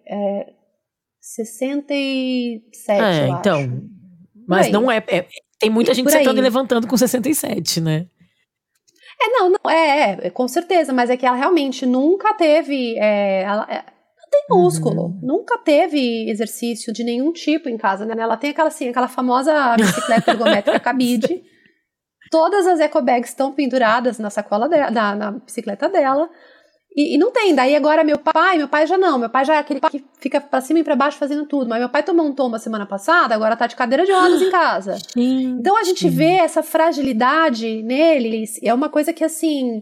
67, eu acho. Então, mas não tem muita gente sentando e levantando com 67, né? Com certeza, mas é que ela realmente nunca teve, ela tem músculo, nunca teve exercício de nenhum tipo em casa, né? Ela tem aquela famosa bicicleta ergométrica cabide, todas as ecobags estão penduradas na sacola dela, na bicicleta dela, e não tem. Daí agora meu pai já não, meu pai já é aquele que fica pra cima e pra baixo fazendo tudo, mas meu pai tomou um tombo semana passada, agora tá de cadeira de rodas em casa. Então a gente vê essa fragilidade neles, e é uma coisa que assim,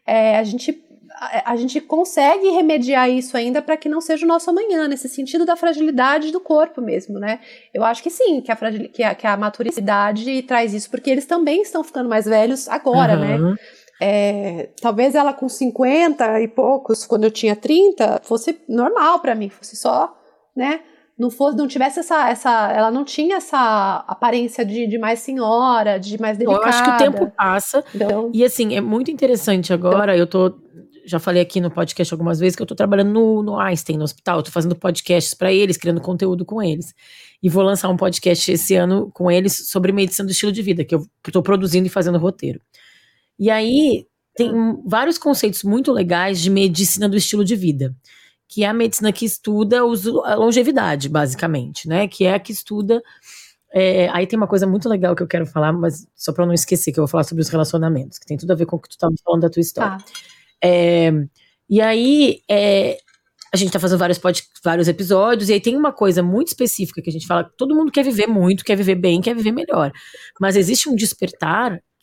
a gente consegue remediar isso ainda para que não seja o nosso amanhã, nesse sentido da fragilidade do corpo mesmo, né? Eu acho que sim, que a maturidade traz isso, porque eles também estão ficando mais velhos agora, né? Talvez ela com 50 e poucos, quando eu tinha 30, fosse normal pra mim, fosse só, né? Não tivesse ela não tinha essa aparência de mais senhora, de mais delicada. Eu acho que o tempo passa. Então, e assim, é muito interessante agora, já falei aqui no podcast algumas vezes que eu tô trabalhando no Einstein, no hospital, eu tô fazendo podcasts pra eles, criando conteúdo com eles. E vou lançar um podcast esse ano com eles sobre medicina do estilo de vida, que eu tô produzindo e fazendo roteiro. E aí, tem vários conceitos muito legais de medicina do estilo de vida, que é a medicina que estuda a longevidade, basicamente, né? Que é a que estuda... aí tem uma coisa muito legal que eu quero falar, mas só pra eu não esquecer, que eu vou falar sobre os relacionamentos, que tem tudo a ver com o que tu estava falando da tua história. E aí, a gente tá fazendo vários episódios, e aí tem uma coisa muito específica que a gente fala, que todo mundo quer viver muito, quer viver bem, quer viver melhor. Mas existe um despertar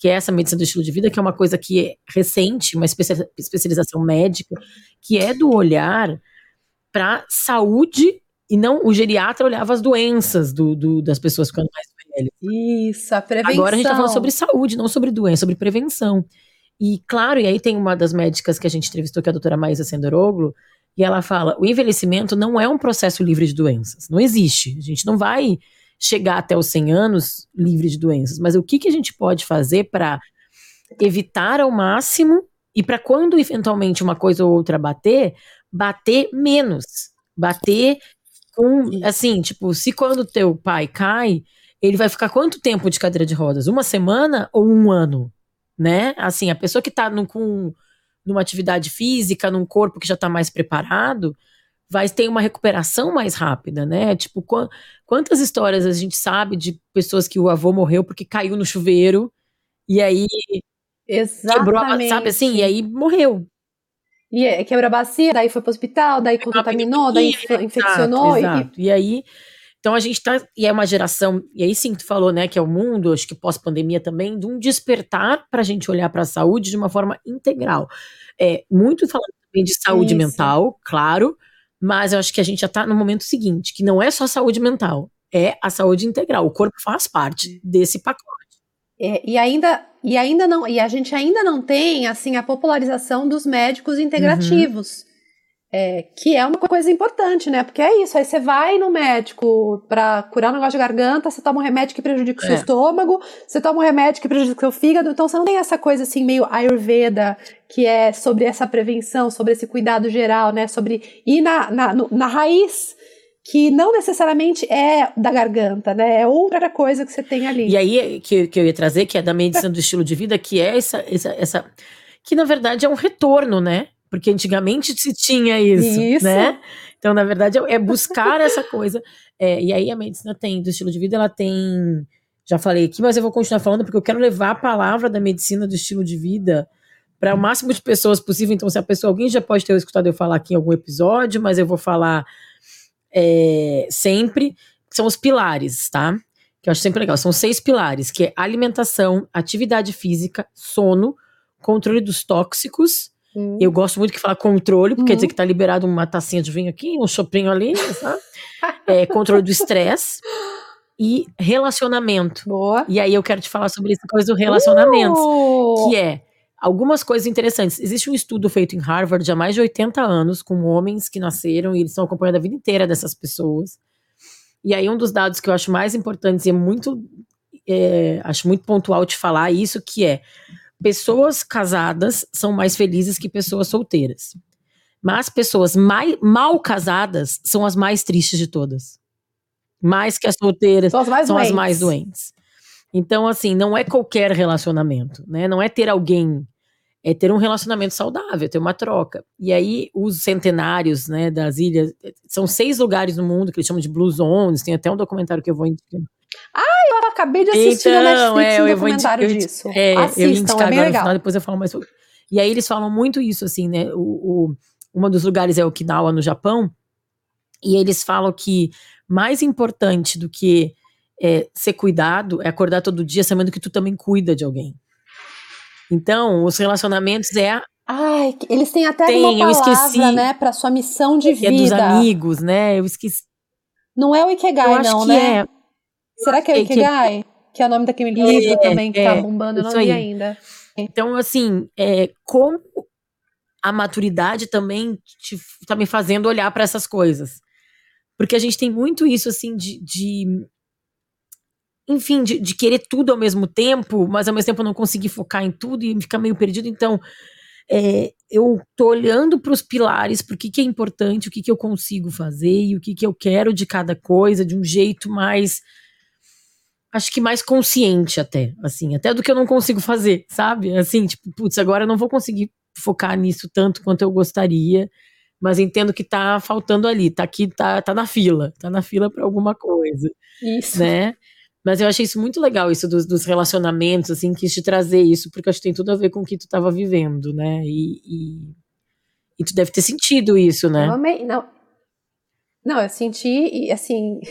que é essa medicina do estilo de vida, que é uma coisa que é recente, uma especialização médica, que é do olhar para saúde, e não o geriatra olhava as doenças das pessoas ficando mais velhas. Isso, a prevenção. Agora a gente tá falando sobre saúde, não sobre doença, sobre prevenção. E claro, e aí tem uma das médicas que a gente entrevistou, que é a doutora Maísa Senderoglu, e ela fala, o envelhecimento não é um processo livre de doenças, não existe, a gente não vai chegar até os 100 anos livre de doenças, mas o que a gente pode fazer para evitar ao máximo e para quando eventualmente uma coisa ou outra bater menos, bater com, assim, tipo, se quando teu pai cai, ele vai ficar quanto tempo de cadeira de rodas? Uma semana ou um ano? Né? Assim, a pessoa que tá numa atividade física, num corpo que já tá mais preparado, vai ter uma recuperação mais rápida, né? Tipo, quantas histórias a gente sabe de pessoas que o avô morreu porque caiu no chuveiro e aí quebrou, sabe assim? E aí morreu. E quebrou a bacia, daí foi pro hospital, daí contaminou, daí infeccionou. Exato. E aí, então a gente tá, e é uma geração, e aí sim tu falou, né, que é o mundo, acho que pós-pandemia também, de um despertar pra gente olhar pra saúde de uma forma integral. Muito falando também de saúde mental, claro, mas eu acho que a gente já tá no momento seguinte, que não é só saúde mental, é a saúde integral, o corpo faz parte desse pacote. E a gente ainda não tem, assim, a popularização dos médicos integrativos. Que é uma coisa importante, né? Porque é isso, aí você vai no médico pra curar um negócio de garganta, você toma um remédio que prejudica o seu estômago, você toma um remédio que prejudica o seu fígado, então você não tem essa coisa assim meio Ayurveda, que é sobre essa prevenção, sobre esse cuidado geral, né? Sobre ir na raiz, que não necessariamente é da garganta, né? É outra coisa que você tem ali. E aí, que eu ia trazer, que é da medicina do estilo de vida, que é essa que na verdade é um retorno, né? Porque antigamente se tinha isso, né? Então, na verdade, é buscar essa coisa. E aí a medicina do estilo de vida, ela tem, já falei aqui, mas eu vou continuar falando porque eu quero levar a palavra da medicina do estilo de vida para o máximo de pessoas possível. Então, se alguém já pode ter escutado eu falar aqui em algum episódio, mas eu vou falar sempre, que são os pilares, tá? Que eu acho sempre legal. São 6 pilares, que é alimentação, atividade física, sono, controle dos tóxicos. Eu gosto muito que fala controle, porque quer dizer que tá liberado uma tacinha de vinho aqui, um chopinho ali, sabe? Controle do estresse e relacionamento. Boa. E aí eu quero te falar sobre essa coisa do relacionamento, que é algumas coisas interessantes. Existe um estudo feito em Harvard há mais de 80 anos com homens que nasceram e eles estão acompanhando a vida inteira dessas pessoas. E aí um dos dados que eu acho mais importantes e acho muito pontual de falar isso, que é pessoas casadas são mais felizes que pessoas solteiras. Mas pessoas mal casadas são as mais tristes de todas. Mais que as solteiras são as mais doentes. Então, assim, não é qualquer relacionamento, né? Não é ter alguém, é ter um relacionamento saudável, ter uma troca. E aí, os centenários, né, das ilhas, são 6 lugares no mundo que eles chamam de Blue Zones, tem até um documentário que eu vou indicar. Eu acabei de assistir na Netflix um documentário disso. Assistam, é bem legal. No final, depois eu falo mais sobre. E aí eles falam muito isso, assim, né? Um dos lugares é Okinawa, no Japão, e eles falam que mais importante do que ser cuidado é acordar todo dia sabendo que tu também cuida de alguém. Então, os relacionamentos eles têm até uma palavra, né, pra sua missão de vida. É dos amigos, né? Eu esqueci. Não é o Ikigai, não, né? Será que é o Ikigai? Que é o nome daquele livro também que tá bombando, eu não li ainda. Então, assim, como a maturidade também tá me fazendo olhar para essas coisas. Porque a gente tem muito isso, assim, enfim, de querer tudo ao mesmo tempo, mas ao mesmo tempo não conseguir focar em tudo e ficar meio perdido. Então, eu tô olhando para os pilares, para o que é importante, o que eu consigo fazer e o que eu quero de cada coisa, de um jeito mais, acho que mais consciente até, assim, até do que eu não consigo fazer, sabe? Assim, tipo, putz, agora eu não vou conseguir focar nisso tanto quanto eu gostaria, mas entendo que tá faltando ali, tá aqui, tá na fila para alguma coisa. Isso. Né? Mas eu achei isso muito legal, isso dos relacionamentos, assim, quis te trazer isso, porque acho que tem tudo a ver com o que tu tava vivendo, né? E tu deve ter sentido isso, né? Eu amei, não, eu senti, e assim,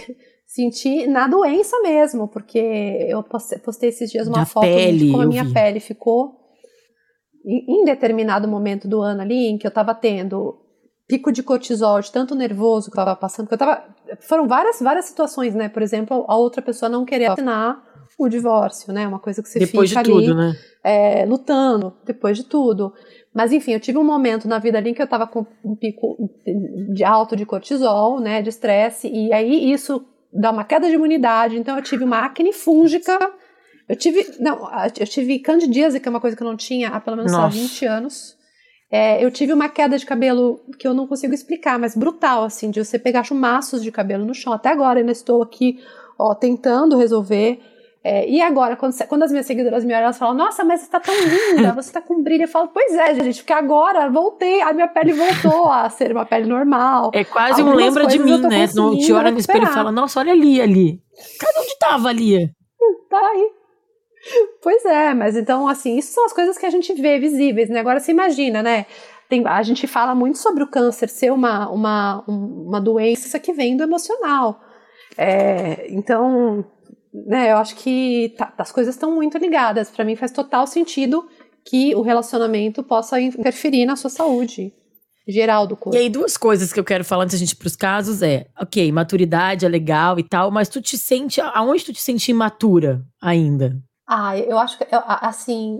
Senti na doença mesmo, porque eu postei esses dias uma Da foto pele, de como a eu minha vi. pele ficou em determinado momento do ano ali, em que eu tava tendo pico de cortisol, de tanto nervoso que eu tava passando, foram várias situações, né? Por exemplo, a outra pessoa não querer assinar o divórcio, né? Uma coisa que você Depois fica de tudo, ali né? lutando, depois de tudo. Mas enfim, eu tive um momento na vida ali em que eu tava com um pico de alto de cortisol, né? De estresse, e aí isso dá uma queda de imunidade, então eu tive uma acne fúngica. Eu tive candidíase, que é uma coisa que eu não tinha há pelo menos 20 anos. Eu tive uma queda de cabelo que eu não consigo explicar, mas brutal, assim, de você pegar chumaços de cabelo no chão. Até agora ainda estou aqui, tentando resolver. E agora, quando as minhas seguidoras me olham, elas falam, nossa, mas você tá tão linda, você tá com brilho. Eu falo, pois é, gente, porque agora voltei, a minha pele voltou a ser uma pele normal. É quase Algumas lembra de mim, né? Não te olha no espelho e recuperar. fala, nossa, olha ali. Cadê onde tava a Lia? Tá aí. Pois é, mas então, assim, isso são as coisas que a gente vê visíveis, né? Agora você imagina, né? A gente fala muito sobre o câncer ser uma doença que vem do emocional. Então, né, eu acho que as coisas estão muito ligadas. Para mim faz total sentido que o relacionamento possa interferir na sua saúde geral do corpo. E aí, duas coisas que eu quero falar antes da gente ir pros casos ok, maturidade é legal e tal, mas aonde tu te sente imatura ainda? Eu acho que, assim,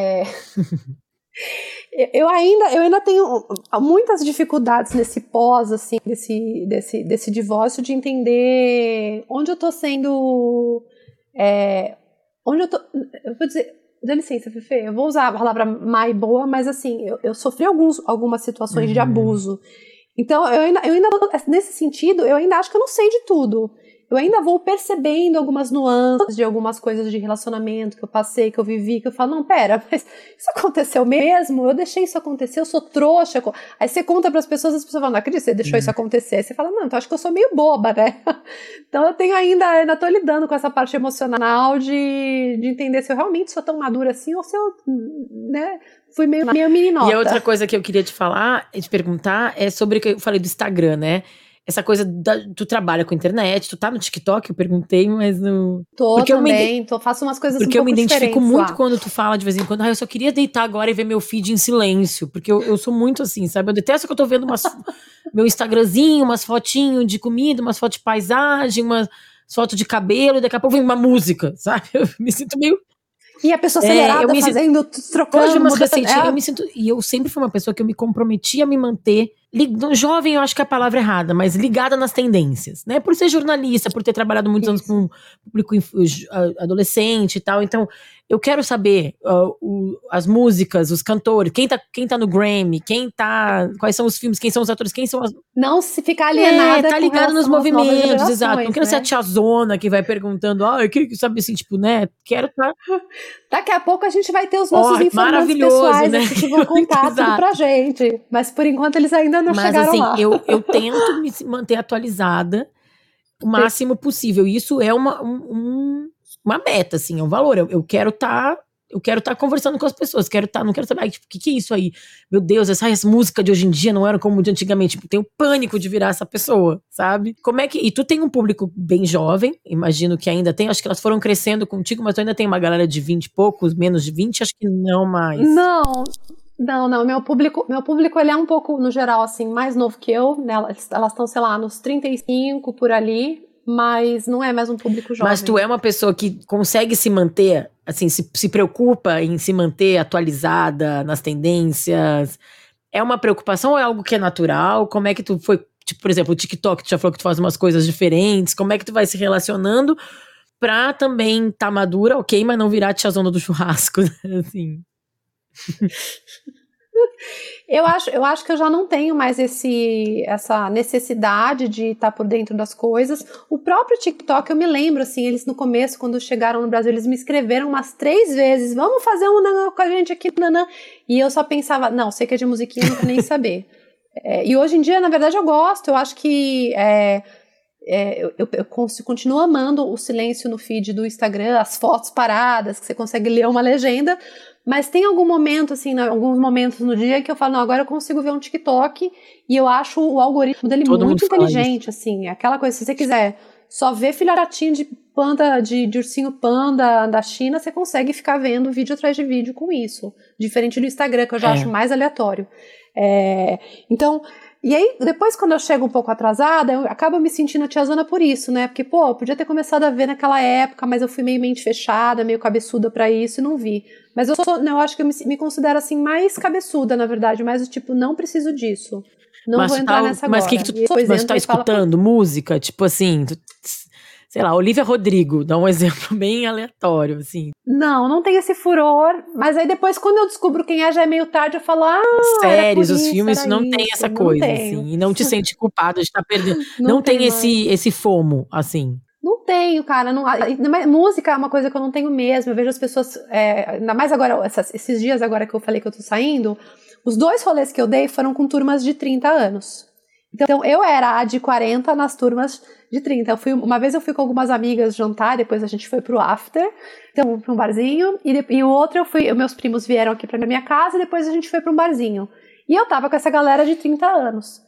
eu ainda tenho muitas dificuldades nesse pós, assim, desse divórcio, de entender onde eu tô sendo, eu vou dizer, dá licença, Fefe, eu vou usar a palavra má e boa, mas assim, eu sofri algumas situações de abuso, então eu ainda, nesse sentido, eu ainda acho que eu não sei de tudo. Eu ainda vou percebendo algumas nuances de algumas coisas de relacionamento que eu passei, que eu vivi, que eu falo, não, pera, mas isso aconteceu mesmo? Eu deixei isso acontecer, eu sou trouxa. Aí você conta para as pessoas falam, não acredito, você deixou isso acontecer. Aí você fala, não, então acho que eu sou meio boba, né? Então eu tenho ainda tô lidando com essa parte emocional de entender se eu realmente sou tão madura assim ou se eu, né, fui meio meninota. E a outra coisa que eu queria te perguntar, é sobre o que eu falei do Instagram, né? Essa coisa tu trabalha com internet, tu tá no TikTok, eu perguntei, mas no... Faço umas coisas porque um pouco eu me identifico muito lá. quando tu fala de vez em quando, eu só queria deitar agora e ver meu feed em silêncio, porque eu sou muito assim, sabe? Eu detesto que eu tô vendo meu Instagramzinho, umas fotinhos de comida, umas fotos de paisagem, umas fotos de cabelo, e daqui a pouco vem uma música, sabe? Eu me sinto meio... E a pessoa acelerada trocando, umas receitinhas. Eu me sinto... E eu sempre fui uma pessoa que eu me comprometi a me manter... Jovem, eu acho que é a palavra errada, mas ligada nas tendências, né? Por ser jornalista, por ter trabalhado muitos anos com público adolescente e tal. Então, eu quero saber as músicas, os cantores, quem tá no Grammy, quais são os filmes, quem são os atores, quem são as... Não se ficar alienada tá ligado nos movimentos, exato. Não quero ser a né? tiazona que vai perguntando, sabe assim, tipo, né? Quero estar... Daqui a pouco a gente vai ter os nossos informantes pessoais, né? Que vão contar tudo pra gente. Mas por enquanto eles ainda não chegaram assim, lá. Eu tento me manter atualizada o máximo possível. E isso é uma meta, assim, é um valor. Eu quero estar conversando com as pessoas, não quero saber, tipo, o que é isso aí? Meu Deus, essas músicas de hoje em dia não eram como de antigamente. Tipo, tenho pânico de virar essa pessoa, sabe? E tu tem um público bem jovem, imagino que ainda tem, acho que elas foram crescendo contigo, mas tu ainda tem uma galera de 20 e poucos, menos de 20, acho que não mais. Não, meu público ele é um pouco, no geral, assim, mais novo que eu, né? Elas estão, sei lá, nos 35 por ali, mas não é mais um público jovem. Mas tu é uma pessoa que consegue se manter, assim, se preocupa em se manter atualizada nas tendências? É uma preocupação ou é algo que é natural? Como é que tu foi, tipo, por exemplo, o TikTok, tu já falou que tu faz umas coisas diferentes, como é que tu vai se relacionando pra também tá madura, ok, mas não virar a tiazona do churrasco, assim... Eu acho que eu já não tenho mais essa necessidade de estar por dentro das coisas. O próprio TikTok, eu me lembro, assim, eles no começo, quando chegaram no Brasil, eles me escreveram umas 3 vezes, vamos fazer um nanã com a gente aqui, nanã. E eu só pensava, não, sei que é de musiquinha, não quero nem saber. E hoje em dia, na verdade, eu gosto, eu acho que... eu continuo amando o silêncio no feed do Instagram, as fotos paradas, que você consegue ler uma legenda, mas tem algum momento, assim, alguns momentos no dia que eu falo, não, agora eu consigo ver um TikTok, e eu acho o algoritmo dele muito inteligente, assim, aquela coisa, se você quiser só vê filhotinho de panda, de ursinho panda da China, você consegue ficar vendo vídeo atrás de vídeo com isso. Diferente do Instagram, que eu já acho mais aleatório. Então, e aí, depois quando eu chego um pouco atrasada, eu acabo me sentindo tiazona por isso, né? Porque, eu podia ter começado a ver naquela época, mas eu fui meio mente fechada, meio cabeçuda pra isso e não vi. Mas eu acho que eu me considero, assim, mais cabeçuda, na verdade, mais do tipo, não preciso disso. Não vou entrar nessa agora. Mas mas tu tá escutando música? Tipo assim, sei lá, Olivia Rodrigo, dá um exemplo bem aleatório, assim. Não tem esse furor, mas aí depois, quando eu descubro quem já é meio tarde, eu falo, séries, os filmes, não tem essa coisa, assim, e não te sente culpado de estar perdendo. Não tem esse FOMO, assim. Não tenho, cara. Música é uma coisa que eu não tenho mesmo. Eu vejo as pessoas, ainda mais agora, esses dias agora que eu falei que eu tô saindo, os 2 rolês que eu dei foram com turmas de 30 anos. Então, eu era a de 40 nas turmas de 30. Uma vez eu fui com algumas amigas jantar, depois a gente foi pro after, então, pra um barzinho, e o outro meus primos vieram aqui pra minha casa, e depois a gente foi pra um barzinho. E eu tava com essa galera de 30 anos.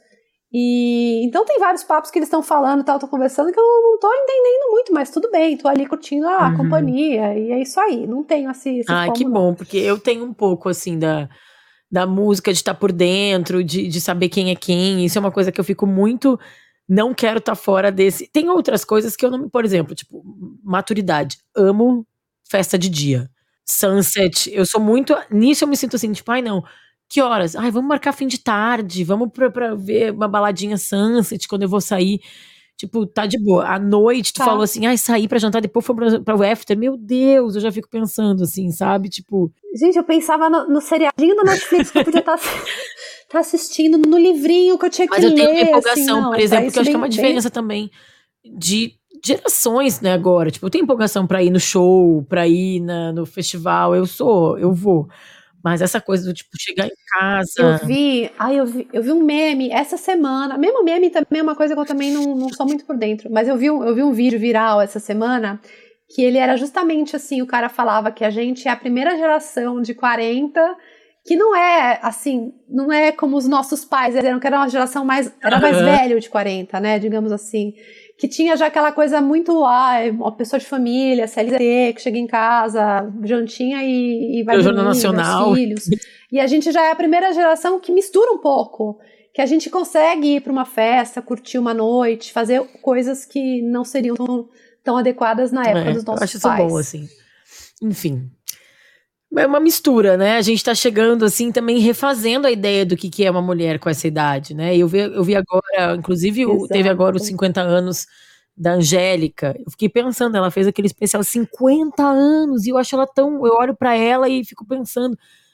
E então tem vários papos que eles estão falando e tal, tô conversando, que eu não tô entendendo muito, mas tudo bem, tô ali curtindo a companhia, e é isso aí, não tenho esse que bom, porque eu tenho um pouco, assim, da música, de estar por dentro, de saber quem é quem. Isso é uma coisa que eu fico muito... Não quero estar fora desse... Tem outras coisas que eu não... Por exemplo, tipo, maturidade. Amo festa de dia. Sunset. Eu sou muito... Nisso eu me sinto assim, tipo, não. Que horas? Vamos marcar fim de tarde. Vamos pra ver uma baladinha sunset quando eu vou sair. Tipo, tá de boa. À noite, tu falou assim, saí pra jantar, depois foi pra o after. Meu Deus, eu já fico pensando assim, sabe? Tipo... Gente, eu pensava no seriadinho da Netflix que eu podia estar assistindo, no livrinho que eu tinha que ler. Mas eu tenho uma empolgação, assim, por exemplo, que eu acho que é uma diferença também de gerações, né, agora. Tipo, eu tenho empolgação pra ir no show, pra ir no festival. Eu vou. Mas essa coisa do, tipo, chegar em casa... Eu vi um meme essa semana. Mesmo meme também é uma coisa que eu também não sou muito por dentro. Mas eu vi um vídeo viral essa semana, que ele era justamente assim, o cara falava que a gente é a primeira geração de 40, que não é, assim, não é como os nossos pais eram, que era uma geração mais velho de 40, né, digamos assim. Que tinha já aquela coisa muito, uma pessoa de família, CLT, que chega em casa, jantinha e vai dormir, Nacional. Os filhos. E a gente já é a primeira geração que mistura um pouco, que a gente consegue ir para uma festa, curtir uma noite, fazer coisas que não seriam tão adequadas na época dos nossos pais. Eu acho isso bom, assim. Enfim. É uma mistura, né? A gente tá chegando, assim, também refazendo a ideia do que é uma mulher com essa idade, né? Eu vi agora, inclusive, teve agora os 50 anos da Angélica. Eu fiquei pensando, ela fez aquele especial 50 anos, e eu acho ela tão... Eu olho pra ela e fico pensando,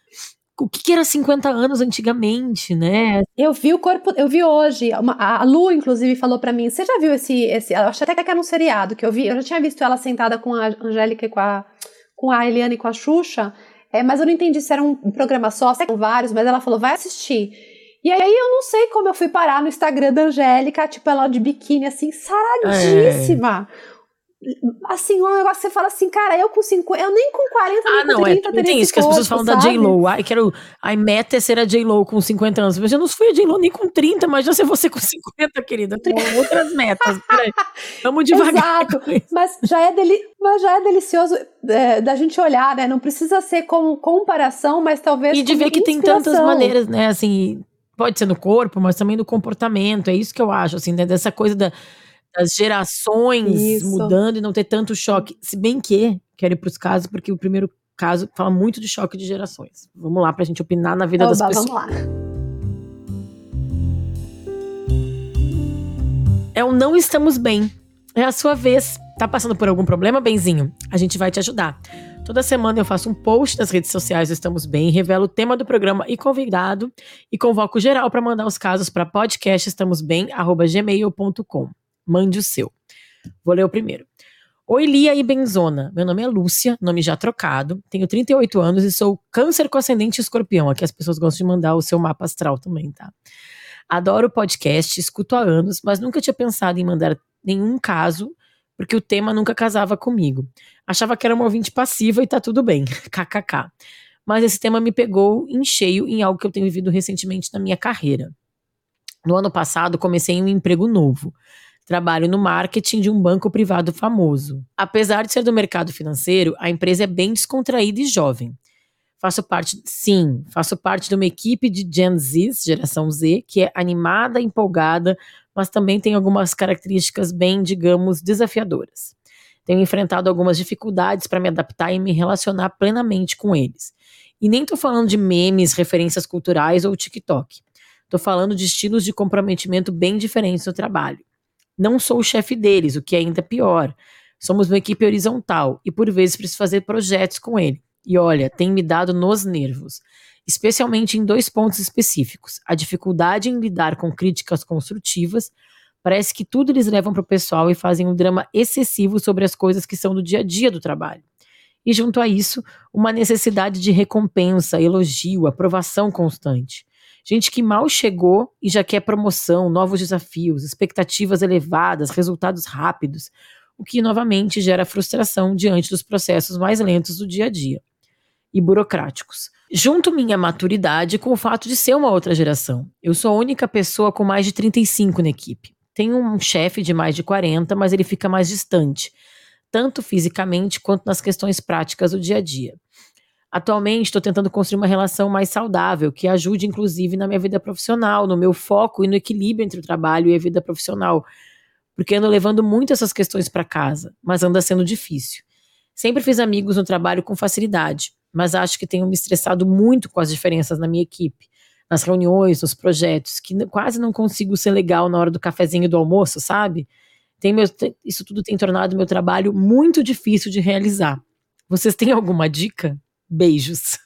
o que era 50 anos antigamente, né? Eu vi hoje, a Lu, inclusive, falou pra mim, você já viu esse eu acho até que era um seriado que eu vi, eu já tinha visto ela sentada com a Angélica e com a Eliane e com a Xuxa, mas eu não entendi se era um programa só, se eram vários, mas ela falou, vai assistir. E aí eu não sei como eu fui parar no Instagram da Angélica, tipo, ela de biquíni, assim, saradíssima. Assim, um negócio que você fala assim, cara, eu com 50, eu nem com 40, nem com 30 teria tem isso, que as pessoas falam da J-Lo, a meta é ser a J-Lo com 50 anos, mas eu não fui a J-Lo nem com 30, mas já ser você com 50, querida, tem outras metas, peraí, vamos devagar. Exato, mas já é delicioso da gente olhar, né, não precisa ser com comparação, mas talvez e de ver que tem tantas maneiras, né, assim, pode ser no corpo, mas também no comportamento, é isso que eu acho, assim, né, dessa coisa das gerações mudando e não ter tanto choque. Se bem que, quero ir para os casos, porque o primeiro caso fala muito de choque de gerações. Vamos lá, pra gente opinar na vida das pessoas. Vamos lá. É o Não Estamos Bem. É a sua vez. Tá passando por algum problema, Benzinho? A gente vai te ajudar. Toda semana eu faço um post nas redes sociais do Estamos Bem, revelo o tema do programa e convidado, e convoco geral para mandar os casos para podcastestamosbem@gmail.com. Mande o seu. Vou ler o primeiro. Oi, Lia e Benzona. Meu nome é Lúcia, nome já trocado. Tenho 38 anos e sou câncer com ascendente escorpião. Aqui as pessoas gostam de mandar o seu mapa astral também, tá? Adoro o podcast, escuto há anos, mas nunca tinha pensado em mandar nenhum caso, porque o tema nunca casava comigo. Achava que era uma ouvinte passiva e tá tudo bem. KKK. Mas esse tema me pegou em cheio em algo que eu tenho vivido recentemente na minha carreira. No ano passado, comecei um emprego novo. Trabalho no marketing de um banco privado famoso. Apesar de ser do mercado financeiro, a empresa é bem descontraída e jovem. Faço parte de uma equipe de Gen Z, geração Z, que é animada, empolgada, mas também tem algumas características bem, digamos, desafiadoras. Tenho enfrentado algumas dificuldades para me adaptar e me relacionar plenamente com eles. E nem estou falando de memes, referências culturais ou TikTok. Estou falando de estilos de comprometimento bem diferentes no trabalho. Não sou o chefe deles, o que é ainda pior. Somos uma equipe horizontal e por vezes preciso fazer projetos com ele. E olha, tem me dado nos nervos, especialmente em 2 pontos específicos. A dificuldade em lidar com críticas construtivas. Parece que tudo eles levam para o pessoal e fazem um drama excessivo sobre as coisas que são do dia a dia do trabalho. E junto a isso, uma necessidade de recompensa, elogio, aprovação constante. Gente que mal chegou e já quer promoção, novos desafios, expectativas elevadas, resultados rápidos, o que novamente gera frustração diante dos processos mais lentos do dia a dia e burocráticos. Junto minha maturidade com o fato de ser uma outra geração. Eu sou a única pessoa com mais de 35 na equipe. Tenho um chefe de mais de 40, mas ele fica mais distante, tanto fisicamente quanto nas questões práticas do dia a dia. Atualmente estou tentando construir uma relação mais saudável, que ajude inclusive na minha vida profissional, no meu foco e no equilíbrio entre o trabalho e a vida profissional, porque ando levando muito essas questões para casa, mas anda sendo difícil. Sempre fiz amigos no trabalho com facilidade, mas acho que tenho me estressado muito com as diferenças na minha equipe, nas reuniões, nos projetos, que quase não consigo ser legal na hora do cafezinho e do almoço, sabe? Isso tudo tem tornado meu trabalho muito difícil de realizar. Vocês têm alguma dica? Beijos.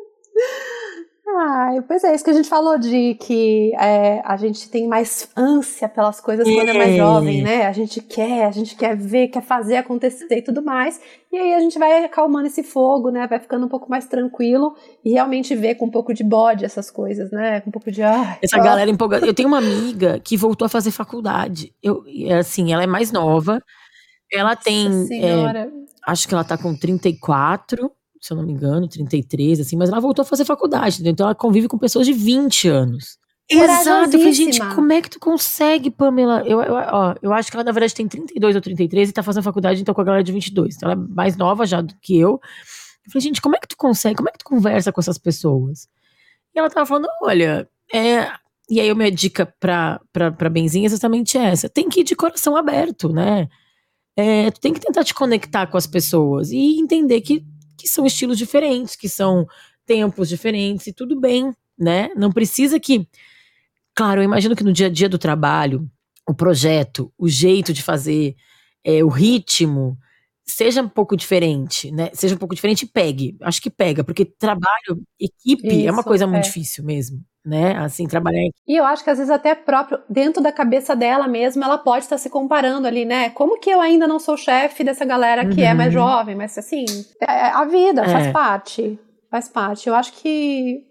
Pois é, isso que a gente falou de que a gente tem mais ânsia pelas coisas quando é mais jovem, né? A gente quer ver, quer fazer acontecer e tudo mais. E aí a gente vai acalmando esse fogo, né? Vai ficando um pouco mais tranquilo e realmente ver com um pouco de bode essas coisas, né? Com um pouco de... Essa galera empolgada. Eu tenho uma amiga que voltou a fazer faculdade. Ela é mais nova. Ela tem... acho que ela tá com 34... se eu não me engano, 33, assim, mas ela voltou a fazer faculdade, entendeu? Então ela convive com pessoas de 20 anos. Exato, eu falei, gente, como é que tu consegue, Pamela? Eu acho que ela, na verdade, tem 32 ou 33 e tá fazendo faculdade, então, com a galera de 22. Então ela é mais nova já do que eu. Eu falei, gente, como é que tu consegue? Como é que tu conversa com essas pessoas? E ela tava falando, olha, e aí a minha dica pra Benzinha é exatamente essa. Tem que ir de coração aberto, né? Tu tem que tentar te conectar com as pessoas e entender que são estilos diferentes, que são tempos diferentes e tudo bem, né? Não precisa que... Claro, eu imagino que no dia a dia do trabalho, o projeto, o jeito de fazer, o ritmo, seja um pouco diferente, né? Seja um pouco diferente e pegue. Acho que pega, porque trabalho, equipe, é uma coisa muito difícil mesmo, né? Assim, trabalhar em equipe. E eu acho que às vezes até próprio, dentro da cabeça dela mesma, ela pode estar se comparando ali, né? Como que eu ainda não sou chefe dessa galera que é mais jovem? Mas assim, a vida faz parte. Faz parte. Eu acho que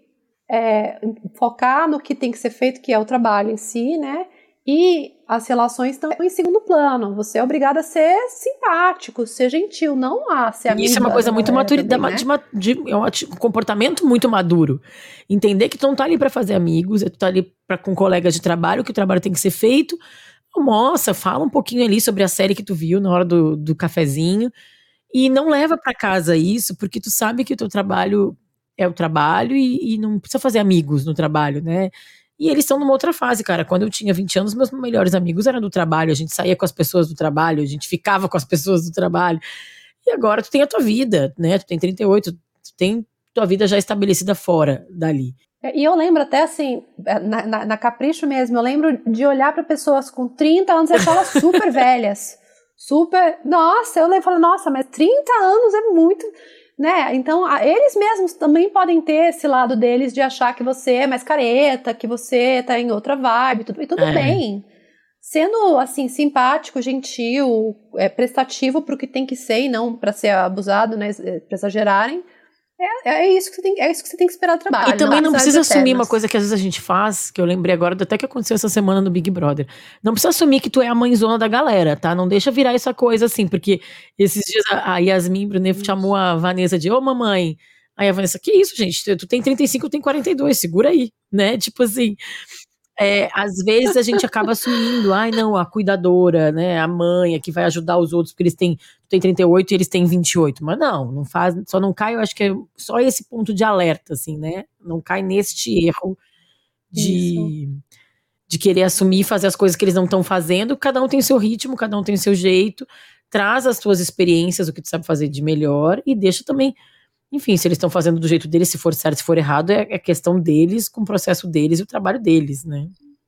focar no que tem que ser feito, que é o trabalho em si, né? E as relações estão em segundo plano. Você é obrigado a ser simpático, ser gentil, não a ser amigo. Isso é uma coisa muito maturidade, né? É um comportamento muito maduro. Entender que tu não tá ali pra fazer amigos, tu tá ali com colegas de trabalho, que o trabalho tem que ser feito. Almoça, fala um pouquinho ali sobre a série que tu viu na hora do cafezinho. E não leva pra casa isso, porque tu sabe que o teu trabalho é o trabalho e não precisa fazer amigos no trabalho, né? E eles estão numa outra fase, cara. Quando eu tinha 20 anos, meus melhores amigos eram do trabalho. A gente saía com as pessoas do trabalho, a gente ficava com as pessoas do trabalho. E agora tu tem a tua vida, né? Tu tem 38, tu tem tua vida já estabelecida fora dali. E eu lembro até assim, na Capricho mesmo, eu lembro de olhar para pessoas com 30 anos e achar elas super velhas. Nossa, eu lembro e falo, nossa, mas 30 anos é muito... Né? Então, eles mesmos também podem ter esse lado deles de achar que você é mais careta, que você tá em outra vibe, e tudo bem. Sendo, assim, simpático, gentil, prestativo pro que tem que ser e não para ser abusado, né? Pra exagerarem. É isso que você tem que esperar do trabalho. E também não precisa assumir uma coisa que às vezes a gente faz, que eu lembrei agora até que aconteceu essa semana no Big Brother. Não precisa assumir que tu é a mãezona da galera, tá? Não deixa virar essa coisa assim, porque esses dias a Yasmin Brunet chamou a Vanessa de, ô mamãe. Aí a Vanessa, que isso, gente? Tu tem 35, eu tenho 42, segura aí, né? Tipo assim, às vezes a gente acaba assumindo, ai não, a cuidadora, né, a mãe, a que vai ajudar os outros, porque tu tem 38 e eles têm 28. Mas não faz, só não cai, eu acho que é só esse ponto de alerta, assim, né? Não cai neste erro de querer assumir e fazer as coisas que eles não estão fazendo. Cada um tem o seu ritmo, cada um tem o seu jeito. Traz as tuas experiências, o que tu sabe fazer de melhor e deixa também, enfim, se eles estão fazendo do jeito deles, se for certo, se for errado, é questão deles, com o processo deles e o trabalho deles, né?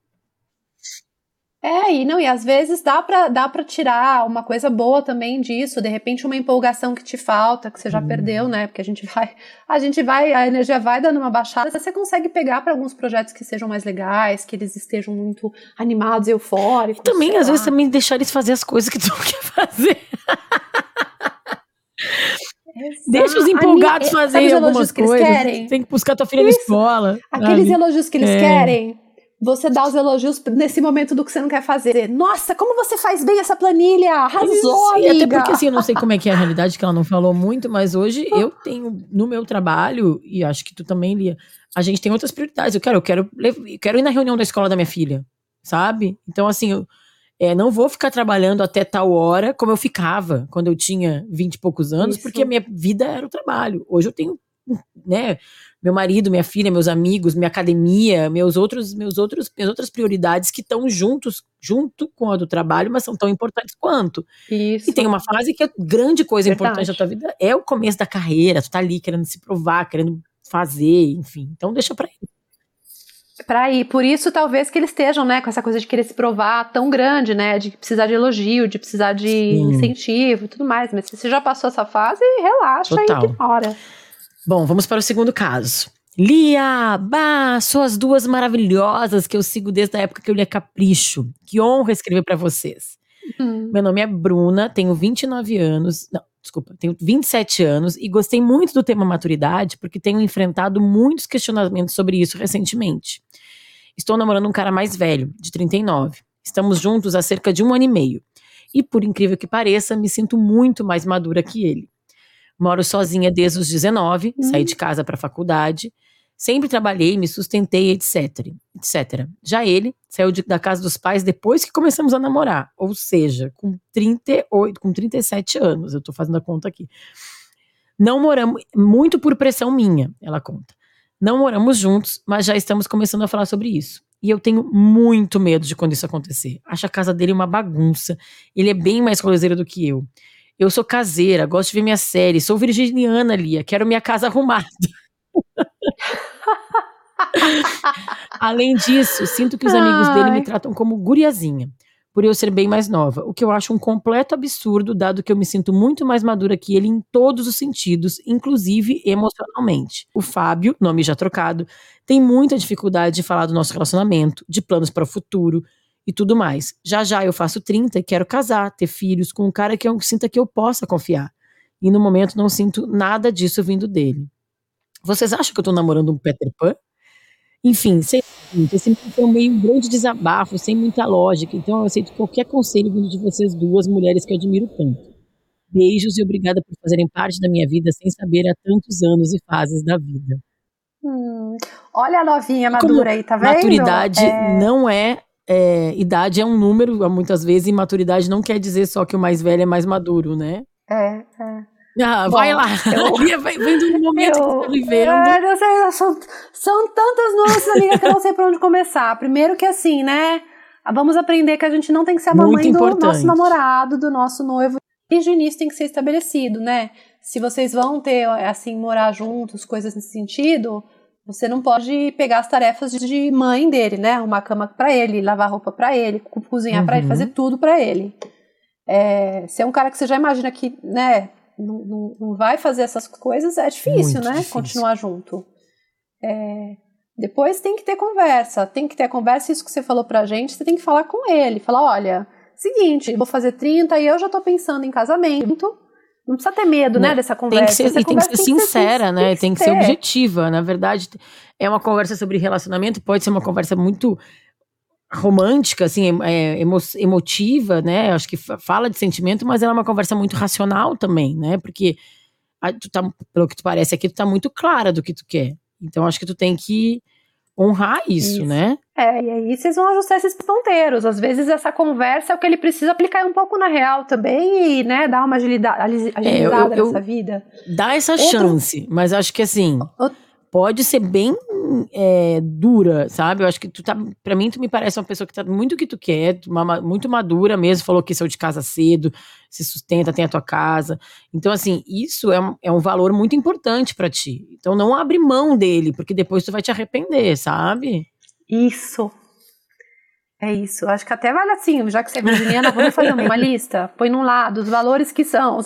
E às vezes dá pra tirar uma coisa boa também disso, de repente uma empolgação que te falta, que você já perdeu, né? Porque a energia vai dando uma baixada, você consegue pegar para alguns projetos que sejam mais legais, que eles estejam muito animados, eufóricos. E também, às vezes, também deixar eles fazer as coisas que tu não quer fazer. Deixa os empolgados fazerem algumas coisas. Tem que buscar tua filha na escola. Aqueles elogios que eles querem. Você dá os elogios nesse momento do que você não quer fazer. Nossa, como você faz bem essa planilha! Arrasou, amiga! Até porque, assim, eu não sei como é que é a realidade, que ela não falou muito, mas hoje eu tenho, no meu trabalho, e acho que tu também, Lia, a gente tem outras prioridades. Eu quero ir na reunião da escola da minha filha, sabe? Então, assim, eu não vou ficar trabalhando até tal hora como eu ficava quando eu tinha 20 e poucos anos, porque a minha vida era o trabalho. Hoje eu tenho, né, meu marido, minha filha, meus amigos, minha academia, minhas outras prioridades que estão junto com a do trabalho, mas são tão importantes quanto. Isso. E tem uma fase que a grande coisa importante da tua vida é o começo da carreira, tu tá ali querendo se provar, querendo fazer, enfim. Então deixa pra ele. Pra ir. Por isso, talvez que eles estejam, né, com essa coisa de querer se provar tão grande, né, de precisar de elogio, de precisar de incentivo e tudo mais. Mas se você já passou essa fase, relaxa e ignora. Bom, vamos para o segundo caso. Lia, suas duas maravilhosas que eu sigo desde a época que eu lia Capricho. Que honra escrever para vocês. Meu nome é Bruna, tenho 29 anos. Não, desculpa, tenho 27 anos e gostei muito do tema maturidade porque tenho enfrentado muitos questionamentos sobre isso recentemente. Estou namorando um cara mais velho, de 39. Estamos juntos há cerca de 1 ano e meio. E por incrível que pareça, me sinto muito mais madura que ele. Moro sozinha desde os 19, saí de casa para a faculdade, sempre trabalhei, me sustentei, etc. Já ele saiu da casa dos pais depois que começamos a namorar, ou seja, com 37 anos, eu tô fazendo a conta aqui. Não moramos, muito por pressão minha, ela conta. Não moramos juntos, mas já estamos começando a falar sobre isso. E eu tenho muito medo de quando isso acontecer. Acho a casa dele uma bagunça, ele é bem mais rolezeiro do que eu. Eu sou caseira, gosto de ver minha série, sou virginiana, Lia, quero minha casa arrumada. Além disso, sinto que os amigos dele me tratam como guriazinha, por eu ser bem mais nova, o que eu acho um completo absurdo, dado que eu me sinto muito mais madura que ele em todos os sentidos, inclusive emocionalmente. O Fábio, nome já trocado, tem muita dificuldade de falar do nosso relacionamento, de planos para o futuro, e tudo mais. Já eu faço 30 e quero casar, ter filhos com um cara que eu sinta que eu possa confiar. E no momento não sinto nada disso vindo dele. Vocês acham que eu tô namorando um Peter Pan? Enfim, esse foi meio um grande desabafo, sem muita lógica. Então eu aceito qualquer conselho vindo de vocês duas, mulheres que eu admiro tanto. Beijos e obrigada por fazerem parte da minha vida sem saber há tantos anos e fases da vida. Olha a novinha madura aí, tá vendo? Maturidade não idade é um número, muitas vezes, e maturidade não quer dizer só que o mais velho é mais maduro, né? Bom, vai lá, vem do momento que você tá vivendo. Não sei, são tantas nuances, amiga, que eu não sei por onde começar. Primeiro que assim, né, vamos aprender que a gente não tem que ser a mamãe do nosso namorado, do nosso noivo. Desde o início tem que ser estabelecido, né? Se vocês vão ter, assim, morar juntos, coisas nesse sentido, você não pode pegar as tarefas de mãe dele, né? Arrumar cama pra ele, lavar roupa pra ele, cozinhar pra ele, fazer tudo pra ele. Se é um cara que você já imagina que, né, não vai fazer essas coisas, é difícil, muito, né? Difícil. Continuar junto. Depois tem que ter conversa. Isso que você falou pra gente, você tem que falar com ele. Falar, olha, seguinte, vou fazer 30 e eu já tô pensando em casamento. Não precisa ter medo, né, dessa conversa. Tem que ser sincera, né? Tem que ser objetiva. Na verdade, é uma conversa sobre relacionamento, pode ser uma conversa muito romântica, assim, emotiva, né? Acho que fala de sentimento, mas ela é uma conversa muito racional também, né? Porque tu tá, pelo que tu parece aqui, tu tá muito clara do que tu quer. Então, acho que tu tem que honrar isso, né? E aí vocês vão ajustar esses ponteiros. Às vezes essa conversa é o que ele precisa aplicar um pouco na real também e, né, dar uma agilizada nessa vida. Dá essa chance, mas acho que assim, pode ser bem dura, sabe? Eu acho que pra mim tu me parece uma pessoa que tá muito o que tu quer, muito madura mesmo, falou que saiu de casa cedo, se sustenta, tem a tua casa. Então assim, isso é um valor muito importante pra ti. Então não abre mão dele, porque depois tu vai te arrepender, sabe? Isso. É isso. Acho que até vale assim, já que você é virginiana, vamos fazer uma lista. Põe num lado os valores que são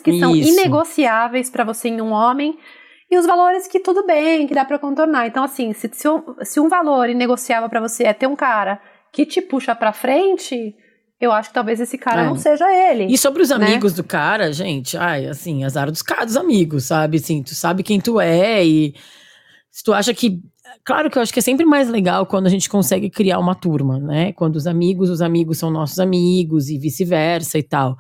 inegociáveis pra você em um homem e os valores que tudo bem, que dá pra contornar. Então assim, se um valor inegociável pra você é ter um cara que te puxa pra frente, eu acho que talvez esse cara não seja ele. E sobre os amigos do cara, gente, assim, azar dos amigos, sabe? Assim, tu sabe quem tu é e se tu acha que... Claro que eu acho que é sempre mais legal quando a gente consegue criar uma turma, né? Quando os amigos são nossos amigos e vice-versa e tal.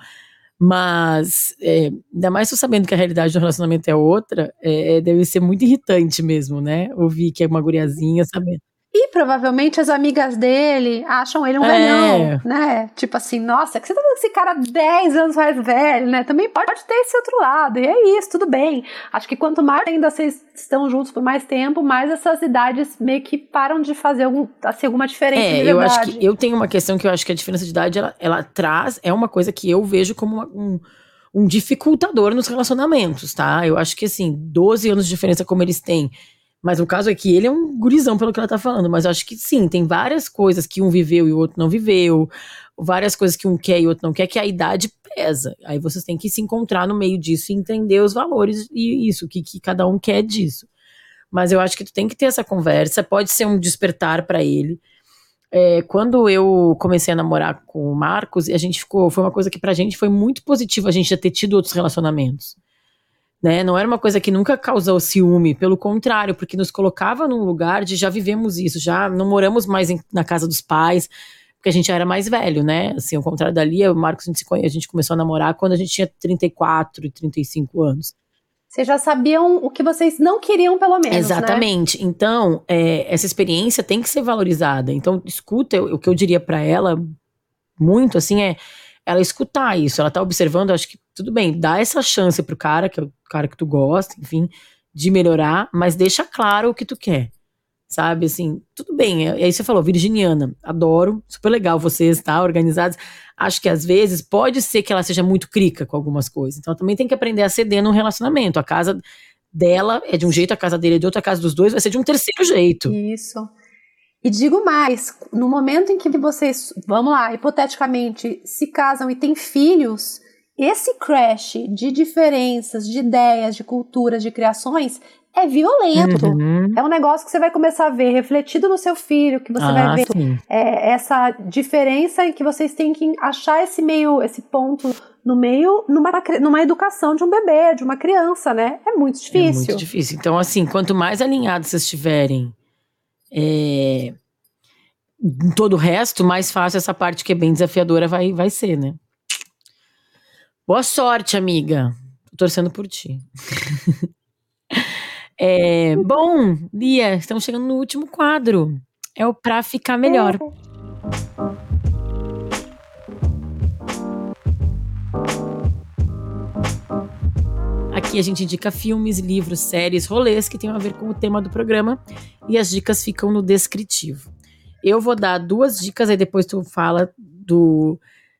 Mas, ainda mais tu sabendo que a realidade do relacionamento é outra, deve ser muito irritante mesmo, né? Ouvir que é uma guriazinha, sabendo. E provavelmente as amigas dele acham ele um velhão, né? Tipo assim, nossa, que você tá vendo esse cara 10 anos mais velho, né? Também pode ter esse outro lado, e é isso, tudo bem. Acho que quanto mais ainda vocês estão juntos por mais tempo, mais essas idades meio que param de fazer alguma diferença de verdade. Eu acho que eu tenho uma questão que eu acho que a diferença de idade, ela traz, é uma coisa que eu vejo como um dificultador nos relacionamentos, tá? Eu acho que assim, 12 anos de diferença como eles têm. Mas o caso é que ele é um gurizão pelo que ela tá falando. Mas eu acho que sim, tem várias coisas que um viveu e o outro não viveu. Várias coisas que um quer e o outro não quer, que a idade pesa. Aí vocês têm que se encontrar no meio disso e entender os valores e isso, que cada um quer disso. Mas eu acho que tu tem que ter essa conversa. Pode ser um despertar pra ele. Quando eu comecei a namorar com o Marcos, foi uma coisa que pra gente foi muito positiva a gente já ter tido outros relacionamentos. Né? Não era uma coisa que nunca causou ciúme, pelo contrário, porque nos colocava num lugar de já vivemos isso, já não moramos mais na casa dos pais, porque a gente já era mais velho, né? Assim, ao contrário da Lia, o Marcos, a gente começou a namorar quando a gente tinha 34 e 35 anos. Vocês já sabiam o que vocês não queriam, pelo menos, exatamente, né? Então, essa experiência tem que ser valorizada. Então, escuta, o que eu diria pra ela, muito, assim, ela escutar isso, ela tá observando, acho que tudo bem, dá essa chance pro cara, que é o cara que tu gosta, enfim, de melhorar, mas deixa claro o que tu quer, sabe, assim, tudo bem, aí você falou, virginiana, adoro, super legal vocês, tá, organizados, acho que às vezes pode ser que ela seja muito crica com algumas coisas, então ela também tem que aprender a ceder num relacionamento, a casa dela é de um jeito, a casa dele é de outra, a casa dos dois vai ser de um terceiro jeito. Isso. E digo mais, no momento em que vocês, vamos lá, hipoteticamente, se casam e têm filhos, esse crash de diferenças, de ideias, de culturas, de criações, é violento. É um negócio que você vai começar a ver refletido no seu filho, que você vai ver essa diferença em que vocês têm que achar esse ponto no meio, numa educação de um bebê, de uma criança, né? É muito difícil. É muito difícil. Então, assim, quanto mais alinhados vocês estiverem em todo o resto, mais fácil essa parte que é bem desafiadora vai ser, né? Boa sorte, amiga. Tô torcendo por ti. Bom, Lia, estamos chegando no último quadro. É o Pra Ficar Melhor. Aqui a gente indica filmes, livros, séries, rolês que tenham a ver com o tema do programa e as dicas ficam no descritivo. Eu vou dar 2 dicas, aí depois tu fala do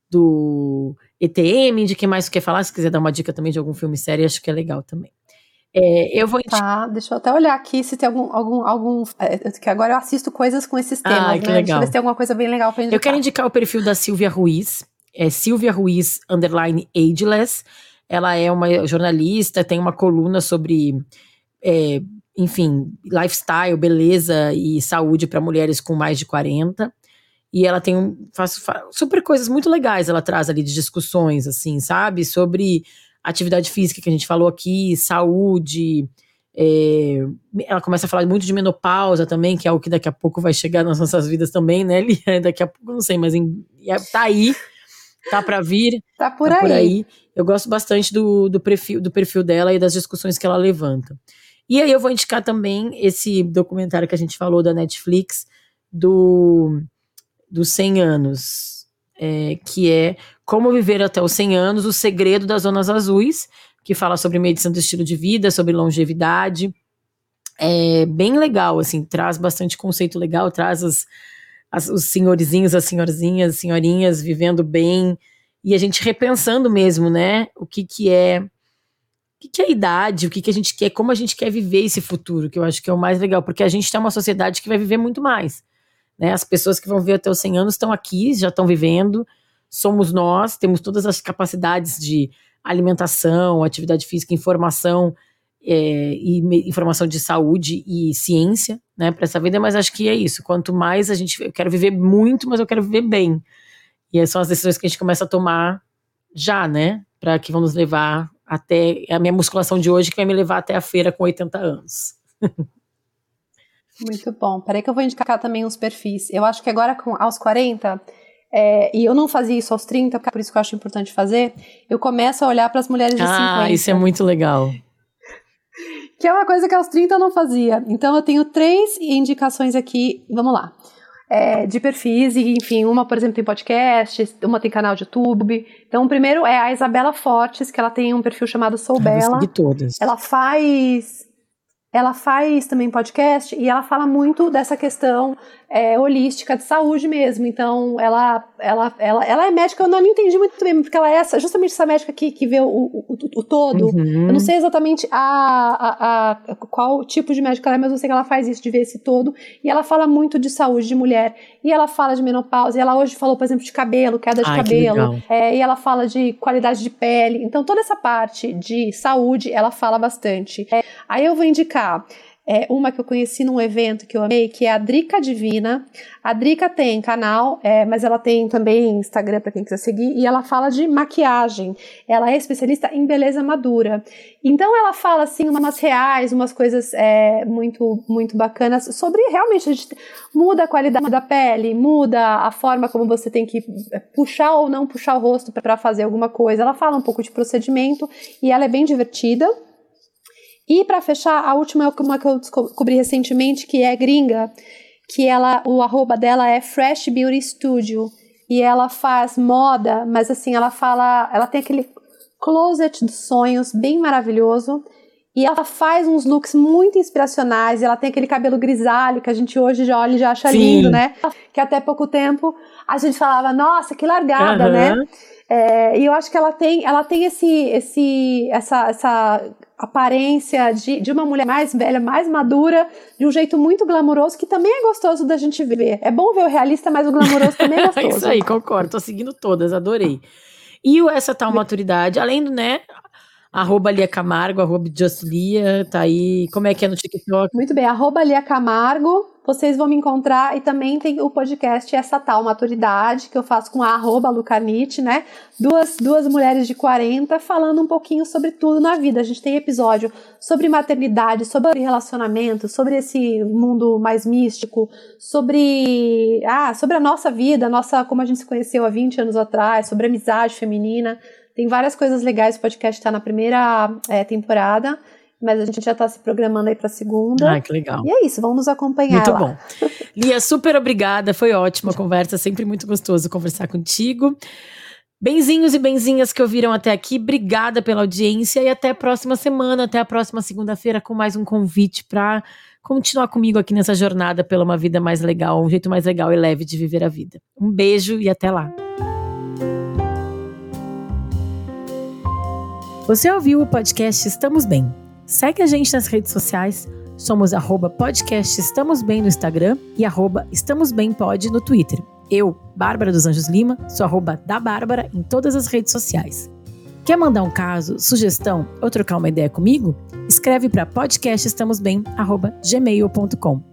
ETM, de quem mais tu quer falar, se quiser dar uma dica também de algum filme, série, acho que é legal também. Eu vou Tá, deixa eu até olhar aqui se tem algum que agora eu assisto coisas com esses temas, né? Legal. Deixa eu ver se tem alguma coisa bem legal pra indicar. Eu quero indicar o perfil da Silvia Ruiz, Silvia Ruiz _ageless. Ela é uma jornalista, tem uma coluna sobre, enfim, lifestyle, beleza e saúde para mulheres com mais de 40. E ela faz super coisas muito legais, ela traz ali de discussões, assim, sabe? Sobre atividade física que a gente falou aqui, saúde. Ela começa a falar muito de menopausa também, que é algo que daqui a pouco vai chegar nas nossas vidas também, né, Lia? Daqui a pouco, não sei, mas tá aí. Tá pra vir. Tá por aí. Eu gosto bastante do perfil dela e das discussões que ela levanta. E aí eu vou indicar também esse documentário que a gente falou da Netflix, dos 100 anos, que é Como Viver até os 100 anos, o segredo das zonas azuis, que fala sobre medição do estilo de vida, sobre longevidade. É bem legal, assim, traz bastante conceito legal, traz os senhorizinhos, as senhorzinhas, as senhorinhas vivendo bem, e a gente repensando mesmo, né, o que é a idade, o que a gente quer, como a gente quer viver esse futuro, que eu acho que é o mais legal, porque a gente tem uma sociedade que vai viver muito mais, né, as pessoas que vão viver até os 100 anos estão aqui, já estão vivendo, somos nós, temos todas as capacidades de alimentação, atividade física, informação, e informação de saúde e ciência, né, para essa vida, mas acho que é isso, quanto mais eu quero viver muito, mas eu quero viver bem, e são as decisões que a gente começa a tomar já, né, para que vão nos levar até a minha musculação de hoje, que vai me levar até a feira com 80 anos. Muito bom, peraí que eu vou indicar também os perfis, eu acho que agora aos 40, e eu não fazia isso aos 30, por isso que eu acho importante fazer, eu começo a olhar para as mulheres de 50. Isso é muito legal. Que é uma coisa que aos 30 eu não fazia. Então eu tenho 3 indicações aqui, vamos lá, de perfis, e enfim, uma, por exemplo, tem podcast, uma tem canal de YouTube. Então o primeiro é a Isabela Fortes, que ela tem um perfil chamado Sou Bela. Vou seguir todas. Ela faz também podcast e ela fala muito dessa questão holística de saúde mesmo. Então, ela é médica, eu não entendi muito bem, porque ela é justamente essa médica que vê o todo. Uhum. Eu não sei exatamente qual tipo de médica ela é, mas eu sei que ela faz isso, de ver esse todo. E ela fala muito de saúde de mulher. E ela fala de menopausa. E ela hoje falou, por exemplo, de cabelo, queda de cabelo. E ela fala de qualidade de pele. Então, toda essa parte de saúde, ela fala bastante. Aí eu vou indicar uma que eu conheci num evento que eu amei, que é a Drica Divina. A Drica tem canal, mas ela tem também Instagram para quem quiser seguir, e ela fala de maquiagem. Ela é especialista em beleza madura. Então ela fala assim umas reais, umas coisas muito, muito bacanas sobre realmente a gente muda a qualidade da pele, muda a forma como você tem que puxar ou não puxar o rosto para fazer alguma coisa. Ela fala um pouco de procedimento e ela é bem divertida. E para fechar, a última é uma que eu descobri recentemente, que é gringa, que o arroba dela é Fresh Beauty Studio, e ela faz moda, mas assim, ela tem aquele closet dos sonhos bem maravilhoso, e ela faz uns looks muito inspiracionais, e ela tem aquele cabelo grisalho, que a gente hoje já olha e já acha lindo, né? Que até pouco tempo a gente falava, nossa, que largada, né? E eu acho que ela tem essa aparência de uma mulher mais velha, mais madura, de um jeito muito glamouroso, que também é gostoso da gente ver. É bom ver o realista, mas o glamouroso também é gostoso. Isso aí, concordo. Tô seguindo todas, adorei. E essa tal maturidade, além do, né, @Lia Camargo, @JustLia, tá aí. Como é que é no TikTok? Muito bem, @Lia Camargo, vocês vão me encontrar, e também tem o podcast Essa Tal Maturidade, que eu faço com a @Lucanite, né? Duas mulheres de 40 falando um pouquinho sobre tudo na vida. A gente tem episódio sobre maternidade, sobre relacionamento, sobre esse mundo mais místico, sobre a nossa vida, como a gente se conheceu há 20 anos atrás, sobre amizade feminina. Tem várias coisas legais, o podcast está na primeira temporada, mas a gente já está se programando aí para a segunda. Que legal. E é isso, vamos nos acompanhar muito lá. Bom. Lia, super obrigada, foi ótima a conversa, sempre muito gostoso conversar contigo. Benzinhos e benzinhas que ouviram até aqui, obrigada pela audiência e até a próxima semana, até a próxima segunda-feira com mais um convite para continuar comigo aqui nessa jornada pela uma vida mais legal, um jeito mais legal e leve de viver a vida. Um beijo e até lá. Você ouviu o podcast Estamos Bem? Segue a gente nas redes sociais, somos @podcast Estamos Bem no Instagram e @estamosbempod no Twitter. Eu, Bárbara dos Anjos Lima, sou @dabárbara em todas as redes sociais. Quer mandar um caso, sugestão ou trocar uma ideia comigo? Escreve para podcastestamosbem@gmail.com.